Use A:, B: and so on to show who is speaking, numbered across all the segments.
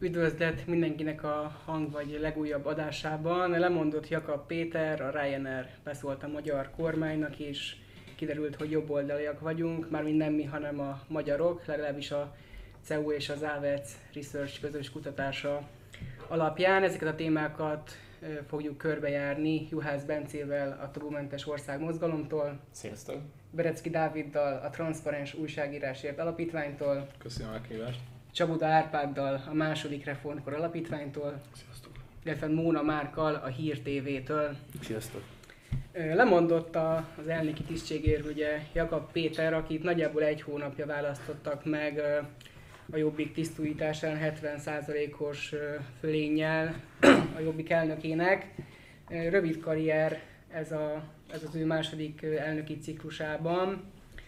A: Üdvözlet mindenkinek a hang vagy legújabb adásában. Lemondott Jakab Péter, a Ryanair beszólt a magyar kormánynak, és kiderült, hogy jobboldaliak vagyunk, mármint nem mi, hanem a magyarok, legalábbis a CEU és az AVEC Research közös kutatása alapján. Ezeket a témákat fogjuk körbejárni Juhász Bencével, a Tabumentes Ország Mozgalomtól.
B: Sziasztok!
A: Berecki Dáviddal, a Transzparens Újságírásért Alapítványtól.
C: Köszönöm a meghívást!
A: Csabuda Árpáddal, a második Reformkor Alapítványtól.
C: Sziasztok!
A: Illetve Móna Márkkal, a Hír TV-től.
C: Sziasztok!
A: Lemondott az elnöki tisztségéről ugye Jakab Péter, akit nagyjából egy hónapja választottak meg a Jobbik tisztújításán 70%-os fölénnyel a Jobbik elnökének. Rövid karrier ez az ő második elnöki ciklusában.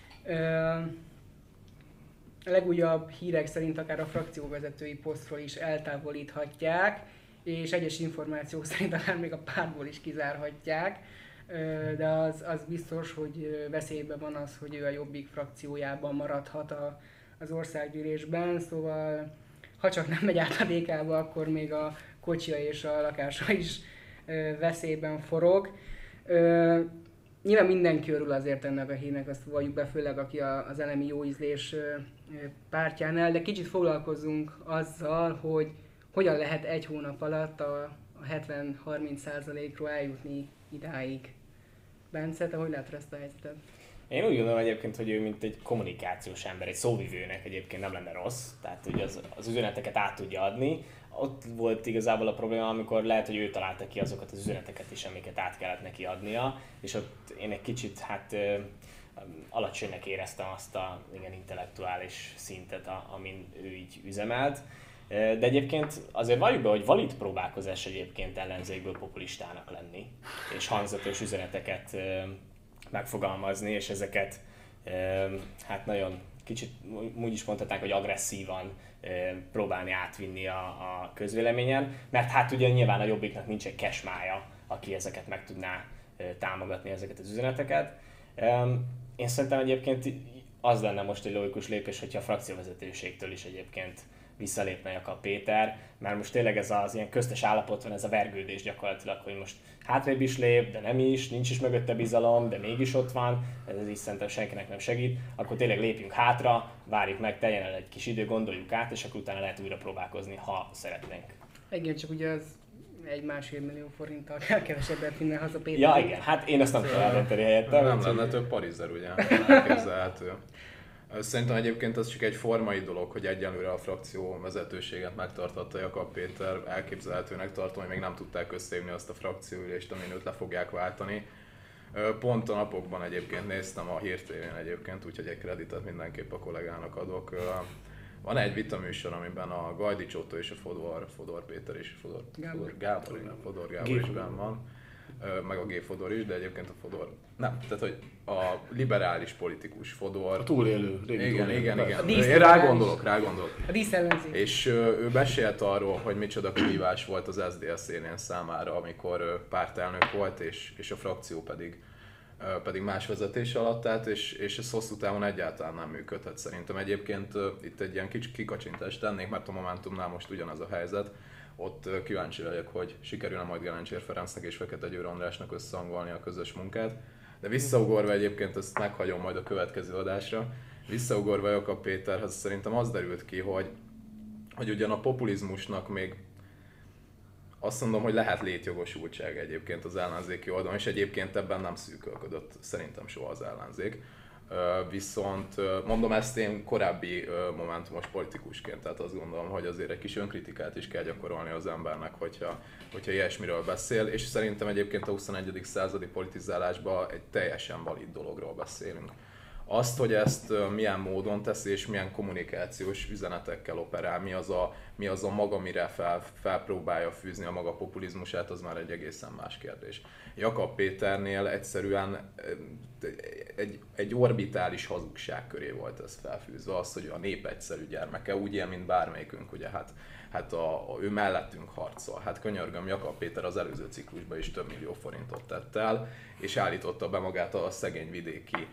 A: A legújabb hírek szerint akár a frakcióvezetői posztról is eltávolíthatják, és egyes információk szerint akár még a pártból is kizárhatják, de az biztos, hogy veszélyben van az, hogy ő a Jobbik frakciójában maradhat az országgyűlésben, szóval ha csak nem megy át a DK-ba, akkor még a kocsia és a lakása is veszélyben forog. Nyilván mindenki örül azért ennek a hírnek, azt valljuk be, főleg aki az elemi jóízlés pártjánál, de kicsit foglalkozzunk azzal, hogy hogyan lehet egy hónap alatt a 70-30%-ról eljutni idáig. Bence, te hogy látod ezt a helyzetet?
B: Én úgy gondolom egyébként, hogy ő mint egy kommunikációs ember, egy szóvivőnek egyébként nem lenne rossz, tehát hogy az üzeneteket át tudja adni. Ott volt igazából a probléma, amikor lehet, hogy ő találta ki azokat az üzeneteket is, amiket át kellett neki adnia, és ott én egy kicsit alacsonynak éreztem azt a intellektuális szintet, amin ő így üzemelt. De egyébként azért valljuk be, hogy valid próbálkozás egyébként ellenzékből populistának lenni, és hangzatos üzeneteket megfogalmazni, és ezeket nagyon kicsit úgy is mondhatnánk, hogy agresszívan próbálni átvinni a közvéleményen, mert hát ugye nyilván a Jobbiknak nincs egy kesmája, aki ezeket meg tudná támogatni, ezeket az üzeneteket. Én szerintem egyébként az lenne most egy logikus lépés, hogyha a frakcióvezetőségtől is egyébként visszalépne Jakab Péter, mert most tényleg ez az ilyen köztes állapot van, ez a vergődés gyakorlatilag, hogy most hátrébb is lép, de nem is, nincs is mögötte bizalom, de mégis ott van, ez így szerintem senkinek nem segít, akkor tényleg lépjünk hátra, várjuk meg, teljen el egy kis idő, gondoljuk át, és akkor utána lehet újra próbálkozni, ha szeretnénk.
A: Igen, csak ugye az 1,5 millió forinttal kell kevesebbet vinni haza Péter.
B: Ja igen, hát én azt nem tudom eldönteni helyettem.
C: Nem lenne több parizer, ugye? Elképzelhető. Szerintem egyébként az csak egy formai dolog, hogy egyelőre a frakció vezetőséget megtartotta Jakab Péter. Elképzelhetőnek tartom, hogy még nem tudták összehívni azt a frakcióülést, amin őt le fogják váltani. Pont a napokban egyébként néztem a Hír TV-n egyébként, úgyhogy egy kreditet mindenképp a kollégának adok. Van egy vitaműsor, amiben a Gajdi Csótó és a Fodor Péter és Fodor Gábor is benn van, meg a G. Fodor is, de egyébként a Fodor, nem, tehát hogy a liberális politikus Fodor.
D: A túlélő.
C: Igen.
A: Én
C: rágondolok.
A: A díszellenzék.
C: És ő mesélt arról, hogy micsoda kihívás volt az SZDSZ élén számára, amikor pártelnök volt, és a frakció pedig más vezetés alatt állt, és ez hosszú távon egyáltalán nem működhet szerintem. Egyébként itt egy ilyen kicsi kikacsintást tennék, mert a Momentumnál most ugyanaz a helyzet. Ott kíváncsi vagyok, hogy sikerül-e majd Gelencsér Ferencnek és Fekete Győr Andrásnak összehangolni a közös munkát. De visszaugorva egyébként, ezt meghagyom majd a következő adásra, visszaugorva Jakab Péterhez szerintem az derült ki, hogy ugyan a populizmusnak még azt mondom, hogy lehet létjogosultság egyébként az ellenzéki oldalon, és egyébként ebben nem szűkölködött szerintem soha az ellenzék. Viszont mondom ezt én korábbi momentumos politikusként, tehát azt gondolom, hogy azért egy kis önkritikát is kell gyakorolni az embernek, hogyha ilyesmiről beszél, és szerintem egyébként a 21. századi politizálásban egy teljesen valid dologról beszélünk. Azt, hogy ezt milyen módon teszi és milyen kommunikációs üzenetekkel operál, mi az a maga, mire felpróbálja fűzni a maga populizmusát, az már egy egészen más kérdés. Jakab Péternél egyszerűen egy orbitális hazugság köré volt ez felfűzve, az, hogy a nép egyszerű gyermeke, úgy él, mint bármelyikünk, ugye ő mellettünk harcol. Hát könyörgöm, Jakab Péter az előző ciklusban is több millió forintot tett el, és állította be magát a szegény vidéki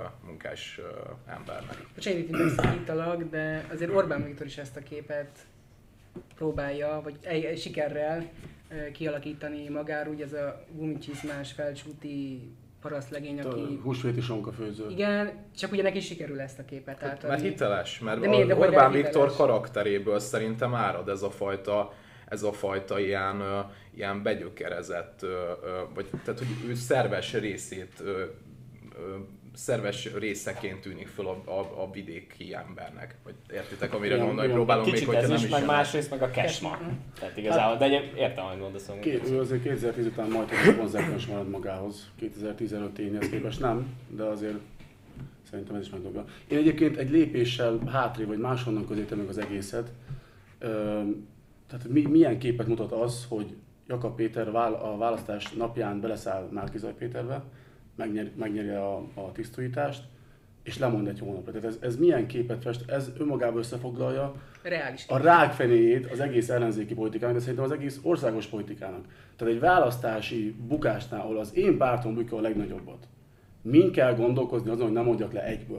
C: munkás embernek.
A: Bocsánat, hogy megszakítalak, de azért Orbán Viktor is ezt a képet próbálja, vagy sikerrel kialakítani magáról, ugye ez a gumicsizmás, felcsúti parasztlegény, aki...
D: Húsvéti sonkafőző.
A: Igen, csak ugye neki sikerül ezt a képet átadni.
C: Mert hiteles, mert
A: de
C: Orbán Viktor karakteréből szerintem árad ez a fajta ilyen begyökerezett, vagy tehát hogy ő szerves részeként tűnik föl a vidéki embernek. Vagy értitek, amire gondolni próbálom,
B: még
C: hogyha nem
B: is,
C: is
B: meg másrészt meg a Cashman. Tehát igazából, de értem, hogy mondasz.
D: Ő azért 2010 után majd egy konzekvens marad magához. 2015-éhez képest nem, de azért szerintem ez is megdobja. Én egyébként egy lépéssel hátrébb, vagy máshonnan közelítem meg az egészet. Tehát milyen képet mutat az, hogy Jakab Péter a választás napján beleszáll Márki-Zay Péterbe, megnyeri a tisztújítást, és lemond egy hónapra. Tehát ez milyen képet fest, ez önmagában összefoglalja a rákfenéjét az egész ellenzéki politikának, de szerintem az egész országos politikának. Tehát egy választási bukásnál, ahol az én pártom bukja a legnagyobbat, min kell gondolkozni azon, hogy nem mondjak le egyből?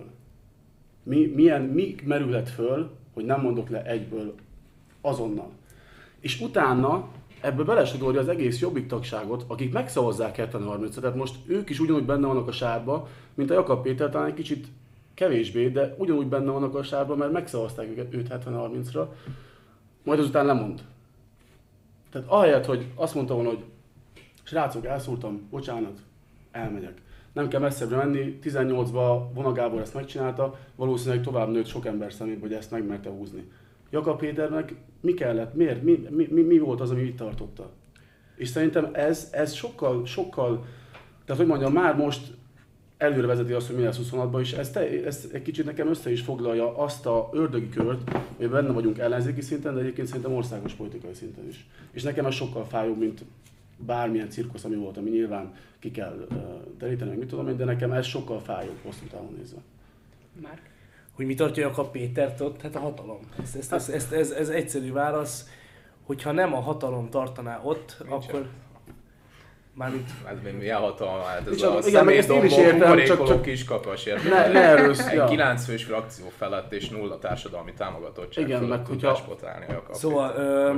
D: Mi merülhet föl, hogy nem mondok le egyből azonnal? És utána ebből belesodorja az egész Jobbik tagságot, akik megszavazzák 70-30-ra, tehát most ők is ugyanúgy benne vannak a sárba, mint a Jakab Péter, talán egy kicsit kevésbé, de ugyanúgy benne vannak a sárba, mert megszavazták őt 70-30-ra, majd azután lemond. Tehát ahelyett, hogy azt mondta volna, hogy srácok, elszúrtam, bocsánat, elmegyek. Nem kell messzebbre menni, 18-ban Vona Gábor ezt megcsinálta, valószínűleg tovább nőtt sok ember szemébe, hogy ezt megmerte húzni. Jakab Péternek mi kellett, miért, mi volt az, ami itt tartotta? És szerintem ez sokkal, tehát hogy mondjam, már most előre vezeti azt, hogy mi lesz 26-ban, és ez egy kicsit nekem össze is foglalja azt a ördögi kört, hogy benne vagyunk ellenzéki szinten, de egyébként szerintem országos politikai szinten is. És nekem ez sokkal fájóbb, mint bármilyen cirkusz, ami volt, ami nyilván ki kell deríteni, meg mit tudom én, de nekem ez sokkal fájóbb hosszú távon nézve.
A: Márk?
E: Hogy mi tartja Jakab Pétert ott? Hát a hatalom. Ez egyszerű válasz, hogyha nem a hatalom tartaná ott, akkor... Mármint...
C: Ez még milyen hatalom, hát ez
D: a
C: személydombó, kis kakas, érted?
D: Ne erről
C: egy 9 fős frakció felett és nulla társadalmi támogatottság fölött tud bespotálni a Jakab
E: Szóval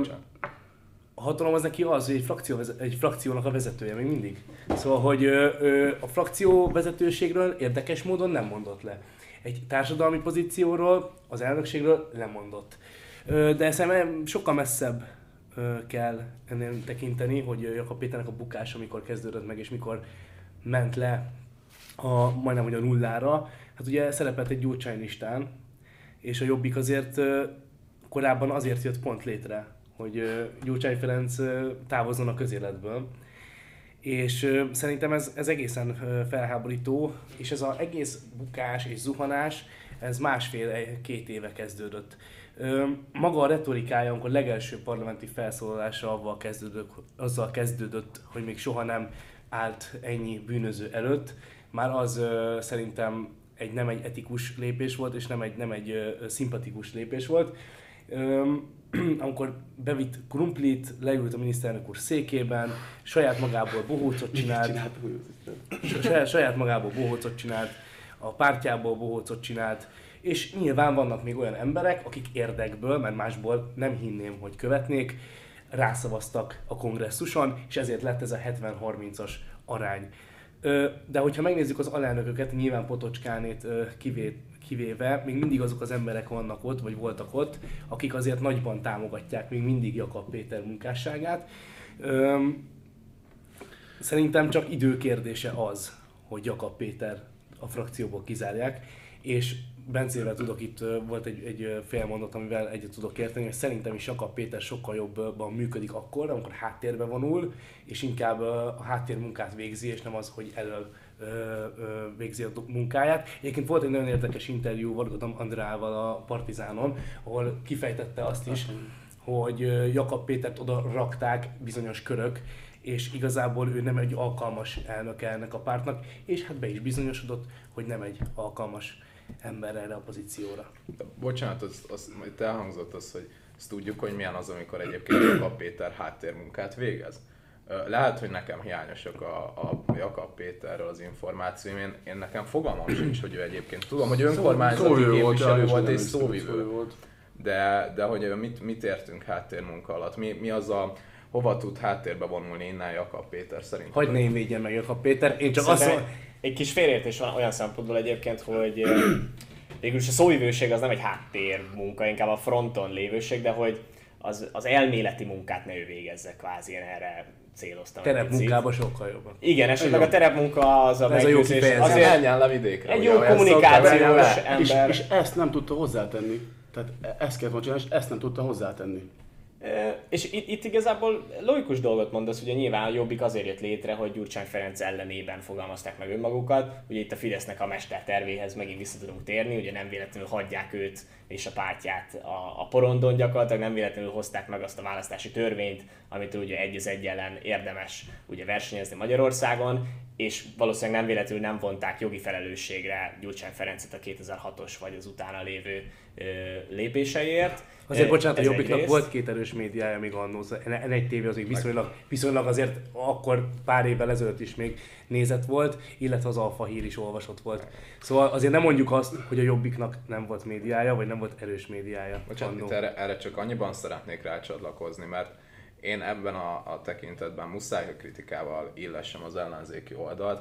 E: a hatalom az neki az, hogy egy frakciónak a vezetője még mindig. Szóval, hogy a frakció vezetőségről érdekes módon nem mondott le. Egy társadalmi pozícióról, az elnökségről lemondott. De szerintem sokkal messzebb kell ennél tekinteni, hogy Jakab Péternek a bukása mikor kezdődött meg, és mikor ment le majdnem hogy a nullára. Hát ugye szerepelt egy Gyurcsány listán, és a Jobbik azért korábban azért jött pont létre, hogy Gyurcsány Ferenc távozzon a közéletből. És szerintem ez egészen felháborító, és ez az egész bukás és zuhanás, ez másfél-két éve kezdődött. Maga a retorikája, amikor legelső parlamenti felszólalása azzal kezdődött, hogy még soha nem állt ennyi bűnöző előtt, már az szerintem nem egy etikus lépés volt, és nem egy szimpatikus lépés volt. Amikor bevitt krumplit, leült a miniszterelnök úr székében, saját magából bohócot csinált, a pártjából bohócot csinált, és nyilván vannak még olyan emberek, akik érdekből, mert másból nem hinném, hogy követnék, rászavaztak a kongresszuson, és ezért lett ez a 70-30-as arány. De hogyha megnézzük az alelnököket, nyilván Potocskánét kivéve, még mindig azok az emberek vannak ott, vagy voltak ott, akik azért nagyban támogatják még mindig Jakab Péter munkásságát. Szerintem csak időkérdése az, hogy Jakab Péter a frakcióból kizárják, és Bencével tudok, itt volt egy fél mondat, amivel egyet tudok érteni, hogy szerintem is Jakab Péter sokkal jobban működik akkor, amikor háttérbe vonul, és inkább a háttérmunkát végzi, és nem az, hogy elől végzi a munkáját. Egyébként volt egy nagyon érdekes interjú Varga Andreával a Partizánon, ahol kifejtette azt is, hogy Jakab Pétert oda rakták bizonyos körök, és igazából ő nem egy alkalmas elnöke ennek a pártnak, és hát be is bizonyosodott, hogy nem egy alkalmas ember erre a pozícióra.
C: Bocsánat, itt elhangzott az, hogy ezt tudjuk, hogy milyen az, amikor egyébként Jakab Péter háttérmunkát végez. Lehet, hogy nekem hiányosak a Jakab Péterről az információim, én nekem fogalmam sincs, hogy ő egyébként tudom, hogy önkormányzati képviselő volt és szóvivő. de hogy mit értünk háttérmunka alatt? Mi az hova tud háttérbe vonulni innen Jakab Péter szerint?
E: Hagyd ne én védjem meg Jakab Péter, én csak azt mondom...
B: Egy kis félreértés van olyan szempontból egyébként, hogy végülis a szóvivőség az nem egy háttérmunka, inkább a fronton lévőség, de hogy az elméleti munkát ne ő végezze, kvázi, én erre céloztam.
E: Terepmunkában sokkal jobban.
B: Igen, esetleg a terepmunka az a
E: meggyőzés.
B: azért
C: menjen le vidékre.
B: egy jó kommunikációs ember.
D: És ezt nem tudta hozzátenni. Tehát ezt kellett volna csinálni, és ezt nem tudta hozzátenni.
B: És itt igazából logikus dolgot mondasz, ugye nyilván a Jobbik azért jött létre, hogy Gyurcsány Ferenc ellenében fogalmazták meg önmagukat. Ugye itt a Fidesznek a mestertervéhez megint vissza tudunk térni, ugye nem véletlenül hagyják őt és a pártját a porondon gyakorlatilag, nem véletlenül hozták meg azt a választási törvényt, amit ugye egy az egy ellen érdemes ugye versenyezni Magyarországon, és valószínűleg nem véletlenül nem vonták jogi felelősségre Gyurcsány Ferencet a 2006-os vagy az utána lévő lépéseiért.
E: Azért bocsánat, a Jobbiknak volt két erős médiája még annó, N1 TV az még viszonylag azért akkor pár évvel ezelőtt is még nézett volt, illetve az Alfa Hír is olvasott volt. Szóval azért nem mondjuk azt, hogy a Jobbiknak nem volt médiája, vagy nem volt erős médiája.
C: Bocsánat, itt erre csak annyiban szeretnék rácsatlakozni, mert én ebben a tekintetben muszáj, hogy kritikával illessem az ellenzéki oldalt,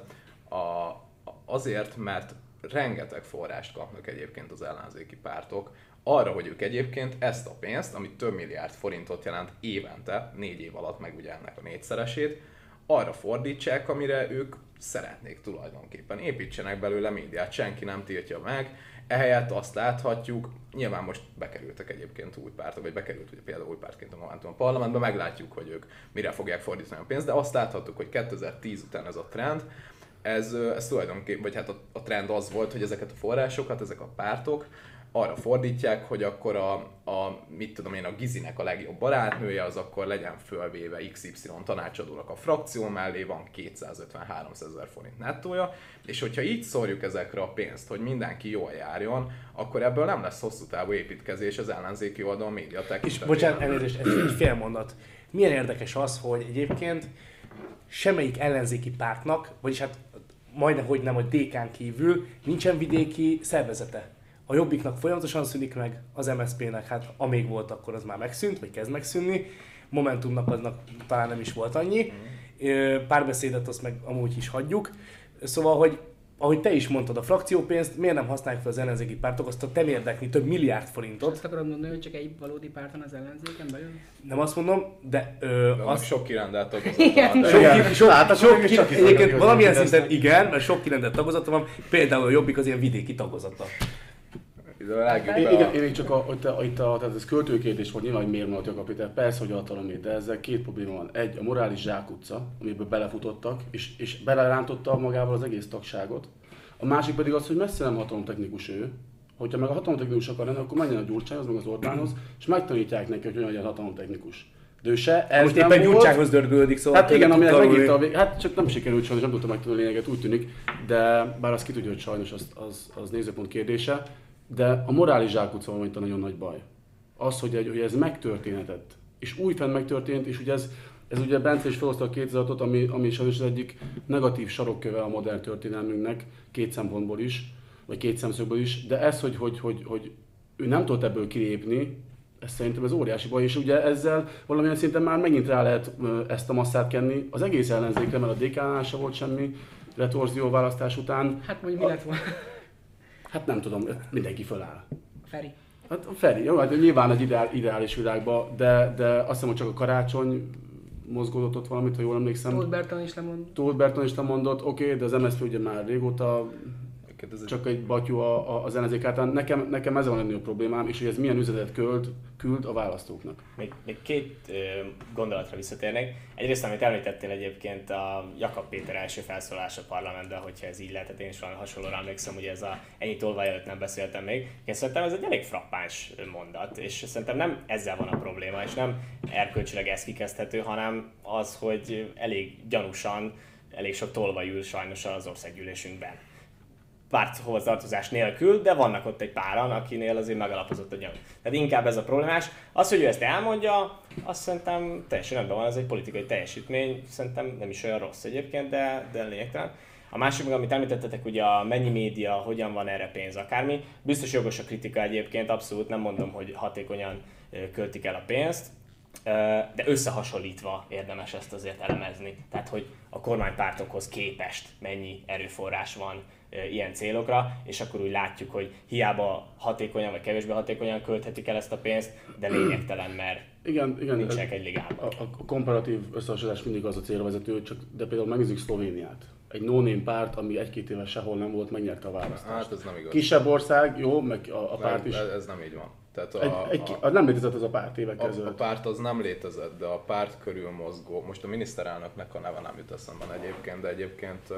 C: azért, mert rengeteg forrást kapnak egyébként az ellenzéki pártok, arra, hogy ők egyébként ezt a pénzt, ami több milliárd forintot jelent évente, 4 év alatt meg ugye ennek a 4-szeresét, arra fordítsák, amire ők szeretnék tulajdonképpen. Építsenek belőle médiát, senki nem tiltja meg, ehelyett azt láthatjuk, nyilván most bekerültek egyébként új pártok, vagy bekerült ugye például új pártként a Momentum a parlamentbe, meglátjuk, hogy ők mire fogják fordítani a pénzt, de azt láthattuk, hogy 2010 után ez a trend, ez tulajdonképpen, vagy hát a trend az volt, hogy ezeket a forrásokat, ezek a pártok arra fordítják, hogy akkor mit tudom én, a Gizinek a legjobb barátnője, az akkor legyen fölvéve XY tanácsadónak a frakció mellé, van 250-300 000 forint nettója, és hogyha így szórjuk ezekre a pénzt, hogy mindenki jól járjon, akkor ebből nem lesz hosszú távú építkezés az ellenzéki oldal média tekintetében.
E: És bocsánat, elnézést, egy fél mondat. Milyen érdekes az, hogy egyébként semmelyik ellenzéki pártnak, vagyis hát majdnem, hogy nem, hogy DK-n kívül nincsen vidéki szervezete. A Jobbiknak folyamatosan szűnik meg, az MSZP-nek, hát amíg volt, akkor az már megszűnt, vagy kezd megszűnni. Momentumnak aznak talán nem is volt annyi. Párbeszédet azt meg amúgy is hagyjuk. Szóval, hogy ahogy te is mondtad, a frakciópénzt miért nem használják fel az ellenzéki pártok azt a temérdekni több milliárd forintot?
A: Azt akarod mondani, hogy csak egy valódi párton az ellenzéken belül?
E: Nem azt mondom, de
C: az sok kirendelt
E: tagozata. Egyébként valamilyen szinten igen, mert sok kirendelt tagozata van, például a Jobbik az ilyen vidéki tagozata.
D: Igen, én még csak tehát ez költőkérdés volt, nyilván, hogy miért maradt Jakab Péter, persze, hogy hatalomért, de ezzel két probléma van. Egy, a morális zsákutca, amiből belefutottak, és belerántotta magával az egész tagságot. A másik pedig az, hogy messze nem hatalomtechnikus ő. Hogyha meg a hatalomtechnikus akar lenni, akkor menjen a Gyurcsányhoz, meg az Orbánhoz, és megtanítják neki, hogy hogyan legyen hatalomtechnikus. De ő se, ez
E: most
D: nem
E: éppen
D: volt.
E: Gyurcsányhoz dörgölődik, szóval...
D: Hát igen, aminek megírta a hát csak nem sikerült sajnos, nem tudtam megtanulni a lényeget, úgy tűnik, de bár azt ki tudja, hogy sajnos az nézőpont kérdése. De a morális zsákutca van itt a nagyon nagy baj. Az, hogy ez megtörténhetett, és újfent megtörtént, és ugye ez ugye Bence is felhozta a 2006-ot, ami sajnos az egyik negatív sarokköve a modern történelmünknek, két szempontból is, vagy két szemszögből is, de ez, hogy ő nem tudott ebből kilépni, ez szerintem ez óriási baj, és ugye ezzel valamilyen szinten már megint rá lehet ezt a masszát kenni az egész ellenzékre, mert a DK-nál sem volt semmi retorzió választás után.
A: Hát mondjuk mi lett volna?
D: Hát nem tudom, mindenki föláll.
A: Feri.
D: Hát a Feri, jó, hát nyilván egy ideális világban, de azt hiszem, hogy csak a Karácsony mozgódott ott valamit, ha jól emlékszem.
A: Tóth Bertalan is lemondott.
D: Tóth Bertalan is lemondott, oké, de az MSZP ugye már régóta csak egy batyú az ellenzék által. Nekem ez van a legnagyobb problémám, és hogy ez milyen üzenetet küld a választóknak.
B: Még két gondolatra visszatérnék. Egyrészt, amit említettél egyébként a Jakab Péter első felszólalása a parlamentben, hogyha ez így lehetett, én is valami hasonlóra emlékszem, hogy ez ennyi tolvaj előtt nem beszéltem még. Én szerintem ez egy elég frappáns mondat, és szerintem nem ezzel van a probléma, és nem erkölcsileg ez kikezdhető, hanem az, hogy elég gyanúsan, elég sok tolvaj ül sajnos az országgyűlésünkben. Párthovatartozás nélkül, de vannak ott egy páran, akinél azért megalapozott a gyanú. Tehát inkább ez a problémás. Az, hogy ő ezt elmondja, azt szerintem teljesen rendben van, ez egy politikai teljesítmény, szerintem nem is olyan rossz egyébként, de lényegtelen. A másik meg, amit említettetek, ugye a mennyi média, hogyan van erre pénz, akármi. Biztos jogos a kritika egyébként, abszolút nem mondom, hogy hatékonyan költik el a pénzt, de összehasonlítva érdemes ezt azért elemezni. Tehát, hogy a kormánypártokhoz képest mennyi erőforrás van ilyen célokra, és akkor úgy látjuk, hogy hiába hatékonyan vagy kevésbé hatékonyan költhetik el ezt a pénzt, de lényegtelen, mert
D: Igen,
B: nincsenek egy ligában.
D: A komparatív összehasonlítás mindig az a célvezető, de például megnézzük Szlovéniát. Egy no-name párt, ami 1-2 éve sehol nem volt, megnyerte a választást.
C: Hát ez nem igaz.
D: Kisebb ország, jó, meg a párt is.
C: Ez nem így van. Tehát
D: nem létezett ez a párt évek
C: a
D: ezelőtt.
C: párt az nem létezett, de a párt körül mozgó, most a miniszterelnöknek a neve nem jut eszembe egyébként, de egyébként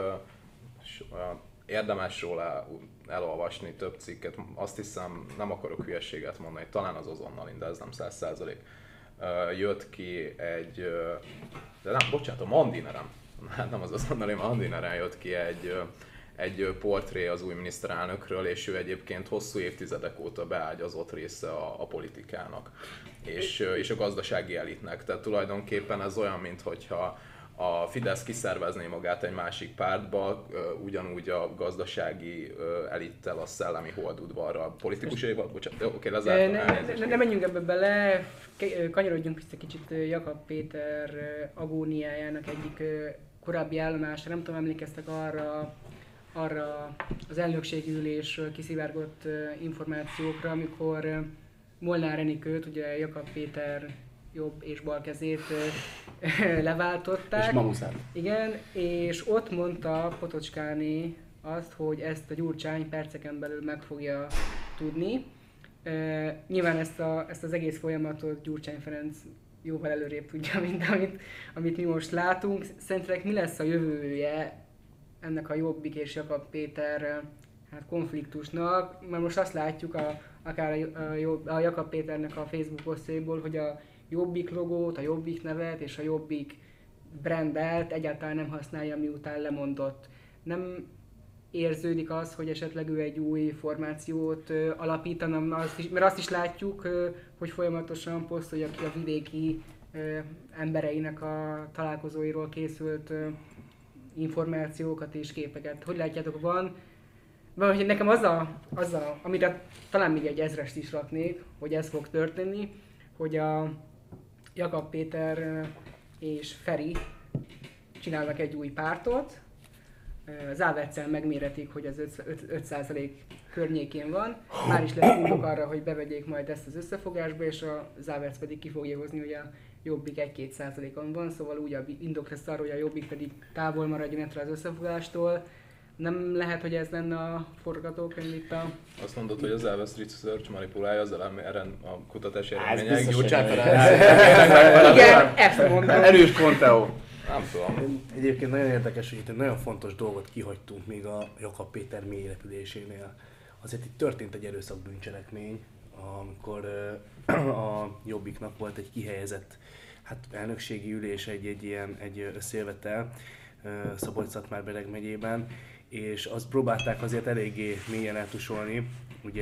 C: érdemes róla elolvasni több cikket, azt hiszem, nem akarok hülyeséget mondani, talán az azonnal, de ez nem 100%. Jött ki egy, de nem, bocsánat, a Mandinerem, nem az azonnal, a Mandineren jött ki egy portré az új miniszterelnökről, és ő egyébként hosszú évtizedek óta beágyazott része a politikának, és a gazdasági elitnek. Tehát tulajdonképpen ez olyan, mintha a Fidesz kiszervezné magát egy másik pártba, ugyanúgy a gazdasági elittel, a szellemi holdudvarral. Politikusai volt? Bocsánat, oké, lezártam.
A: Ne menjünk ebbe bele, kanyarodjunk vissza kicsit Jakab Péter agóniájának egyik korábbi állomása. Nem tudom, emlékeztek arra az elnökségi ülésről kiszivárgott információkra, amikor Molnár Enikőt, ugye Jakab Péter jobb és bal kezét leváltották.
D: És Mamuszát.
A: Igen, és ott mondta Potocskáné azt, hogy ezt a Gyurcsány perceken belül meg fogja tudni. Nyilván ezt az egész folyamatot Gyurcsány Ferenc jóval előrébb tudja, mint amit mi most látunk. Szerintetek mi lesz a jövője ennek a Jobbik és Jakab Péter konfliktusnak? Mert most azt látjuk akár a Jakab Péternek a Facebook posztjaiból, hogy a Jobbik logót, a Jobbik nevet és a Jobbik brandet egyáltalán nem használja, miután lemondott. Nem érződik az, hogy esetleg ő egy új formációt alapítana, mert azt is látjuk, hogy folyamatosan posztolja ki a vidéki embereinek a találkozóiról készült információkat és képeket. Hogy látjátok, van? Vagy nekem az amire talán még egy ezrest is raknék, hogy ez fog történni, hogy a Jakab Péter és Feri csinálnak egy új pártot, Záverccel megméretik, hogy az 5% környékén van, már is lesz indok arra, hogy bevegyék majd ezt az összefogásba, és a Záverc pedig ki fogja hozni, hogy a Jobbik 1-2%-on van, szóval úgy a indok lesz arra, hogy a Jobbik pedig távol maradjon ettől az összefogástól. Nem lehet, hogy ez lenne a forgatókönyv itt a...
C: Azt mondod, hogy az Elvesz Research manipulálja az a kutatási
B: Ez
C: eredmények.
B: biztos, hogy
A: Igen, ezt mondom.
D: Erős Conteo.
C: Nem tudom.
E: Egyébként nagyon érdekes, hogy itt egy nagyon fontos dolgot kihagytunk még a Jakab Péter mélyrepülésénél. Azért itt történt egy erőszakbűncselekmény, amikor a Jobbiknak volt egy kihelyezett elnökségi ülés, egy összejövetel Szabolcs-Szatmár-Bereg megyében, és azt próbálták azért eléggé mélyen eltusolni, ugye,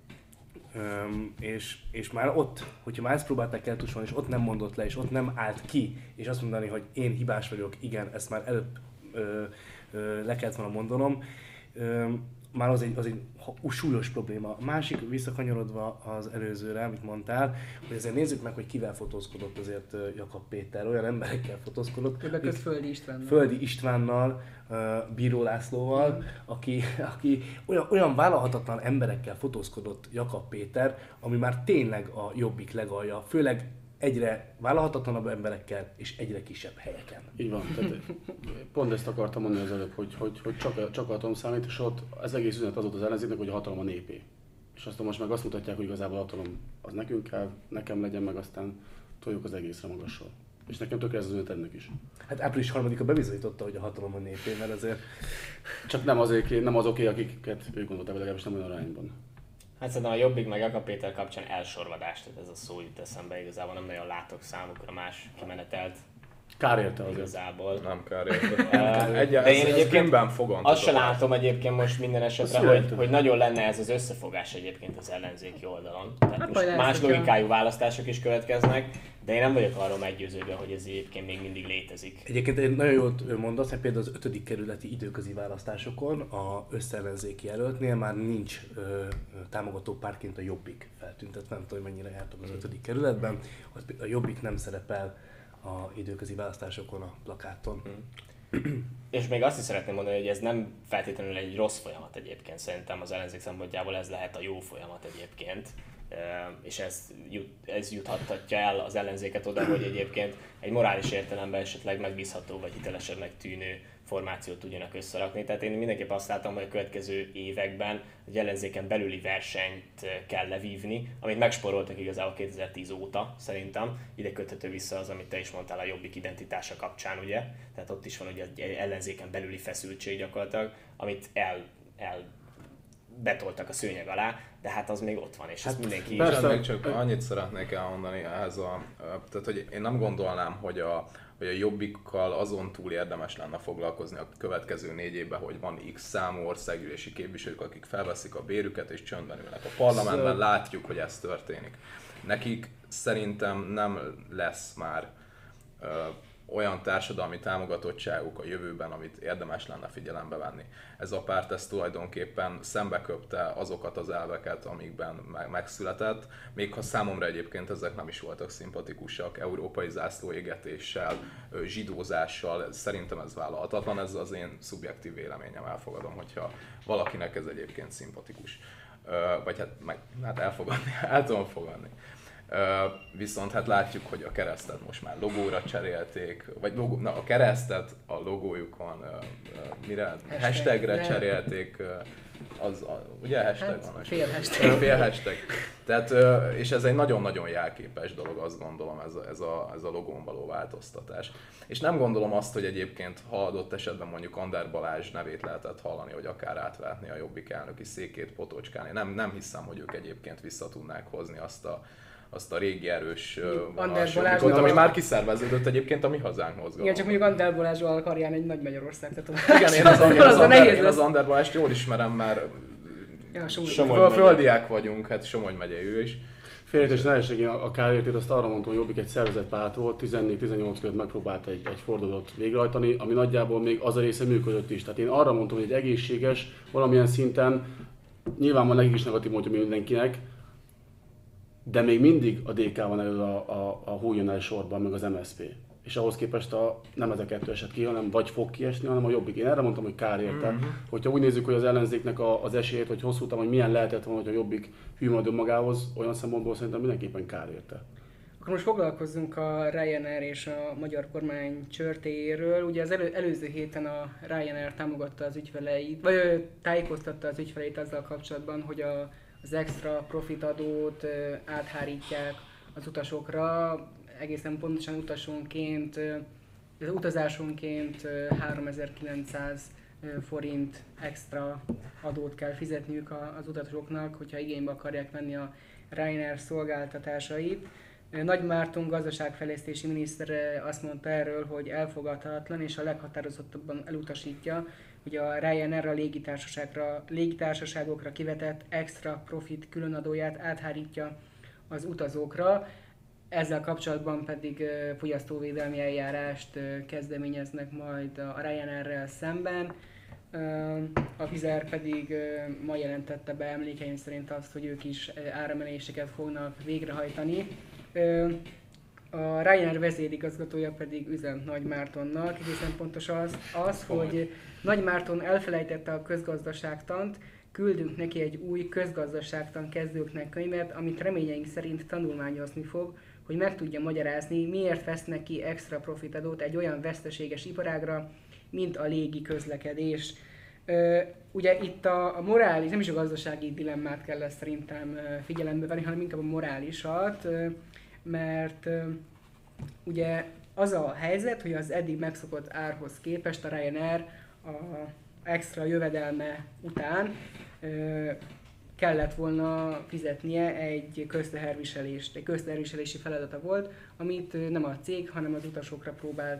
E: és már ott, hogyha már ezt próbálták eltusolni, és ott nem mondott le, és ott nem állt ki, és azt mondani, hogy én hibás vagyok, igen, ezt már előbb le kellett volna mondanom, már az egy súlyos probléma. A másik, visszakanyarodva az előzőre, amit mondtál, hogy azért nézzük meg, hogy kivel fotózkodott azért Jakab Péter. Olyan emberekkel fotózkodott.
A: Többek között Földi Istvánnal.
E: Földi Istvánnal, Bíró Lászlóval, aki olyan vállalhatatlan emberekkel fotózkodott Jakab Péter, ami már tényleg a Jobbik legalja, főleg egyre vállalhatatlanabb emberekkel és egyre kisebb helyeken.
D: Így van. Tehát pont ezt akartam mondani az előbb, hogy csak hatalom számít, és ott az egész üzenet az volt az ellenzéknek, hogy a hatalom a népé. És aztán most meg azt mutatják, hogy igazából a hatalom az nekünk kell, nekem legyen, meg aztán toljuk az egészre magasról. És nekem tökéletes az üzenet ennek is.
E: Hát április 3-a bebizonyította, hogy a hatalom a népé, mert azért...
D: Csak nem azok, akiket ők gondolták, legalábbis nem olyan arányban.
B: Hát szerintem a Jobbik meg Jakab Péter kapcsán elsorvadást, tehát ez a szó jut eszembe, igazából nem nagyon látok számukra más kimenetelt
D: Kár érte azért.
B: igazából.
C: Nem kár érte.
B: De én egyébként
C: fogom.
B: azt se látom egyébként most minden esetre, hogy nagyon lenne ez az összefogás egyébként az ellenzéki oldalon. Tehát most más logikájú választások is következnek, de én nem vagyok arról meggyőződve, hogy ez egyébként még mindig létezik.
E: Egyébként egy nagyon jót mondasz, hogy például az 5. kerületi időközi választásokon a összellenzéki jelöltnél már nincs támogató pártként a Jobbik feltüntetve, nem tudom, hogy mennyire jártam az 5. kerületben, a Jobbik nem szerepel a időközi választásokon a plakáton.
B: És még azt is szeretném mondani, hogy ez nem feltétlenül egy rossz folyamat egyébként, szerintem az ellenzék szempontjából ez lehet a jó folyamat egyébként. És ez juthatja el az ellenzéket oda, hogy egyébként egy morális értelemben esetleg megbízható vagy hitelesebbnek tűnő formációt tudjanak összerakni. Tehát én mindenképp azt látom, hogy a következő években egy ellenzéken belüli versenyt kell levívni, amit megspóroltak igazából 2010 óta szerintem. Ide köthető vissza az, amit te is mondtál a Jobbik identitása kapcsán, ugye? Tehát ott is van ugye egy ellenzéken belüli feszültség gyakorlatilag, amit betoltak a szőnyeg alá, de hát az még ott van, és ezt mindenki...
C: Persze, még csak annyit szeretnék elmondani ehhez tehát hogy én nem gondolnám, hogy a Jobbikkal azon túl érdemes lenne foglalkozni a következő 4 évben, hogy van X számú országgyűlési képviselők, akik felveszik a bérüket és csöndben ülnek. A parlamentben látjuk, hogy ez történik. Nekik szerintem nem lesz már olyan társadalmi támogatottságuk a jövőben, amit érdemes lenne figyelembe venni. Ez a párt ez tulajdonképpen szembeköpte azokat az elveket, amikben megszületett, még ha számomra egyébként ezek nem is voltak szimpatikusak, európai zászlóégetéssel, zsidózással, szerintem ez vállalhatatlan, ez az én szubjektív véleményem, elfogadom, hogyha valakinek ez egyébként szimpatikus. Vagy hát elfogadni, el tudom fogadni. Viszont hát látjuk, hogy a keresztet most már logóra cserélték, vagy a keresztet a logójukon mire? Hashtagre cserélték, ugye hashtag van? Fél hashtag. Tehát, és ez egy nagyon-nagyon jelképes dolog, azt gondolom, ez a logón való változtatás. És nem gondolom azt, hogy egyébként, ha adott esetben mondjuk Ander Balázs nevét lehetett hallani, hogy akár átvehetni a Jobbik elnöki székét Potocskán. Nem hiszem, hogy ők egyébként vissza tudnák hozni azt a régi erős vonalasjobbikot, ami már kiszerveződött egyébként a Mi Hazánk mozgalom.
A: Igen, csak mondjuk Ander Balázsval akar járni egy nagy Magyarország.
C: Igen, én az Ander Balást jól ismerem, mert földiák vagyunk, hát Somogy megyei ő is.
D: Félretés nehézségén a kárértét azt arra mondtam, hogy Jobbik egy szervezett párt volt, 14-18 között megpróbált egy fordulatot végrehajtani, ami nagyjából még az a része működött is. Tehát én arra mondtam, hogy egy egészséges, valamilyen szinten, nyilván van nekik is negatív módja mindenkinek, de még mindig a DK van elő a hújjon el sorban, meg az MSZP. És ahhoz képest nem ez a kettő esett ki, hanem vagy fog kiesni, hanem a Jobbik. Én erre mondtam, hogy kár érte. Hogyha úgy nézzük, hogy az ellenzéknek az esélyét, hogy hosszú távon, hogy milyen lehetett volna, hogy a Jobbik hű majd önmagához, olyan szempontból szerintem mindenképpen kár érte.
A: Akkor most foglalkozzunk a Ryanair és a magyar kormány csörtéjéről. Ugye az előző héten a Ryanair támogatta az ügyfeleit, vagy tájékoztatta az ügyfeleit azzal kapcsolatban, hogy az extra profit adót áthárítják az utasokra, egészen pontosan utazásonként 3900 forint extra adót kell fizetniük az utasoknak, hogyha igénybe akarják venni a Ryanair szolgáltatásait. Nagy Márton gazdaságfejlesztési miniszter azt mondta erről, hogy elfogadhatatlan és a leghatározottabban elutasítja, hogy a Ryanair a légitársaságokra kivetett extra profit különadóját áthárítja az utazókra. Ezzel kapcsolatban pedig fogyasztóvédelmi eljárást kezdeményeznek majd a Ryanairrel szemben. A Vizer pedig ma jelentette be emlékeim szerint azt, hogy ők is áremeléseket fognak végrehajtani. A Ryanair vezérigazgatója pedig üzent Nagy Mártonnak, egészen pontos az, hogy Nagy Márton elfelejtette a közgazdaságtant, küldünk neki egy új közgazdaságtan kezdőknek könyvet, amit reményeink szerint tanulmányozni fog, hogy meg tudja magyarázni, miért vesznek ki extra profitadót egy olyan veszteséges iparágra, mint a légi közlekedés. Ugye itt a morális, nem is a gazdasági dilemmát kell ezt szerintem figyelembe venni, hanem inkább a morálisat, mert ugye az a helyzet, hogy az eddig megszokott árhoz képest a Ryanair a extra jövedelme után kellett volna fizetnie egy közteherviselési feladata volt, amit nem a cég, hanem az utasokra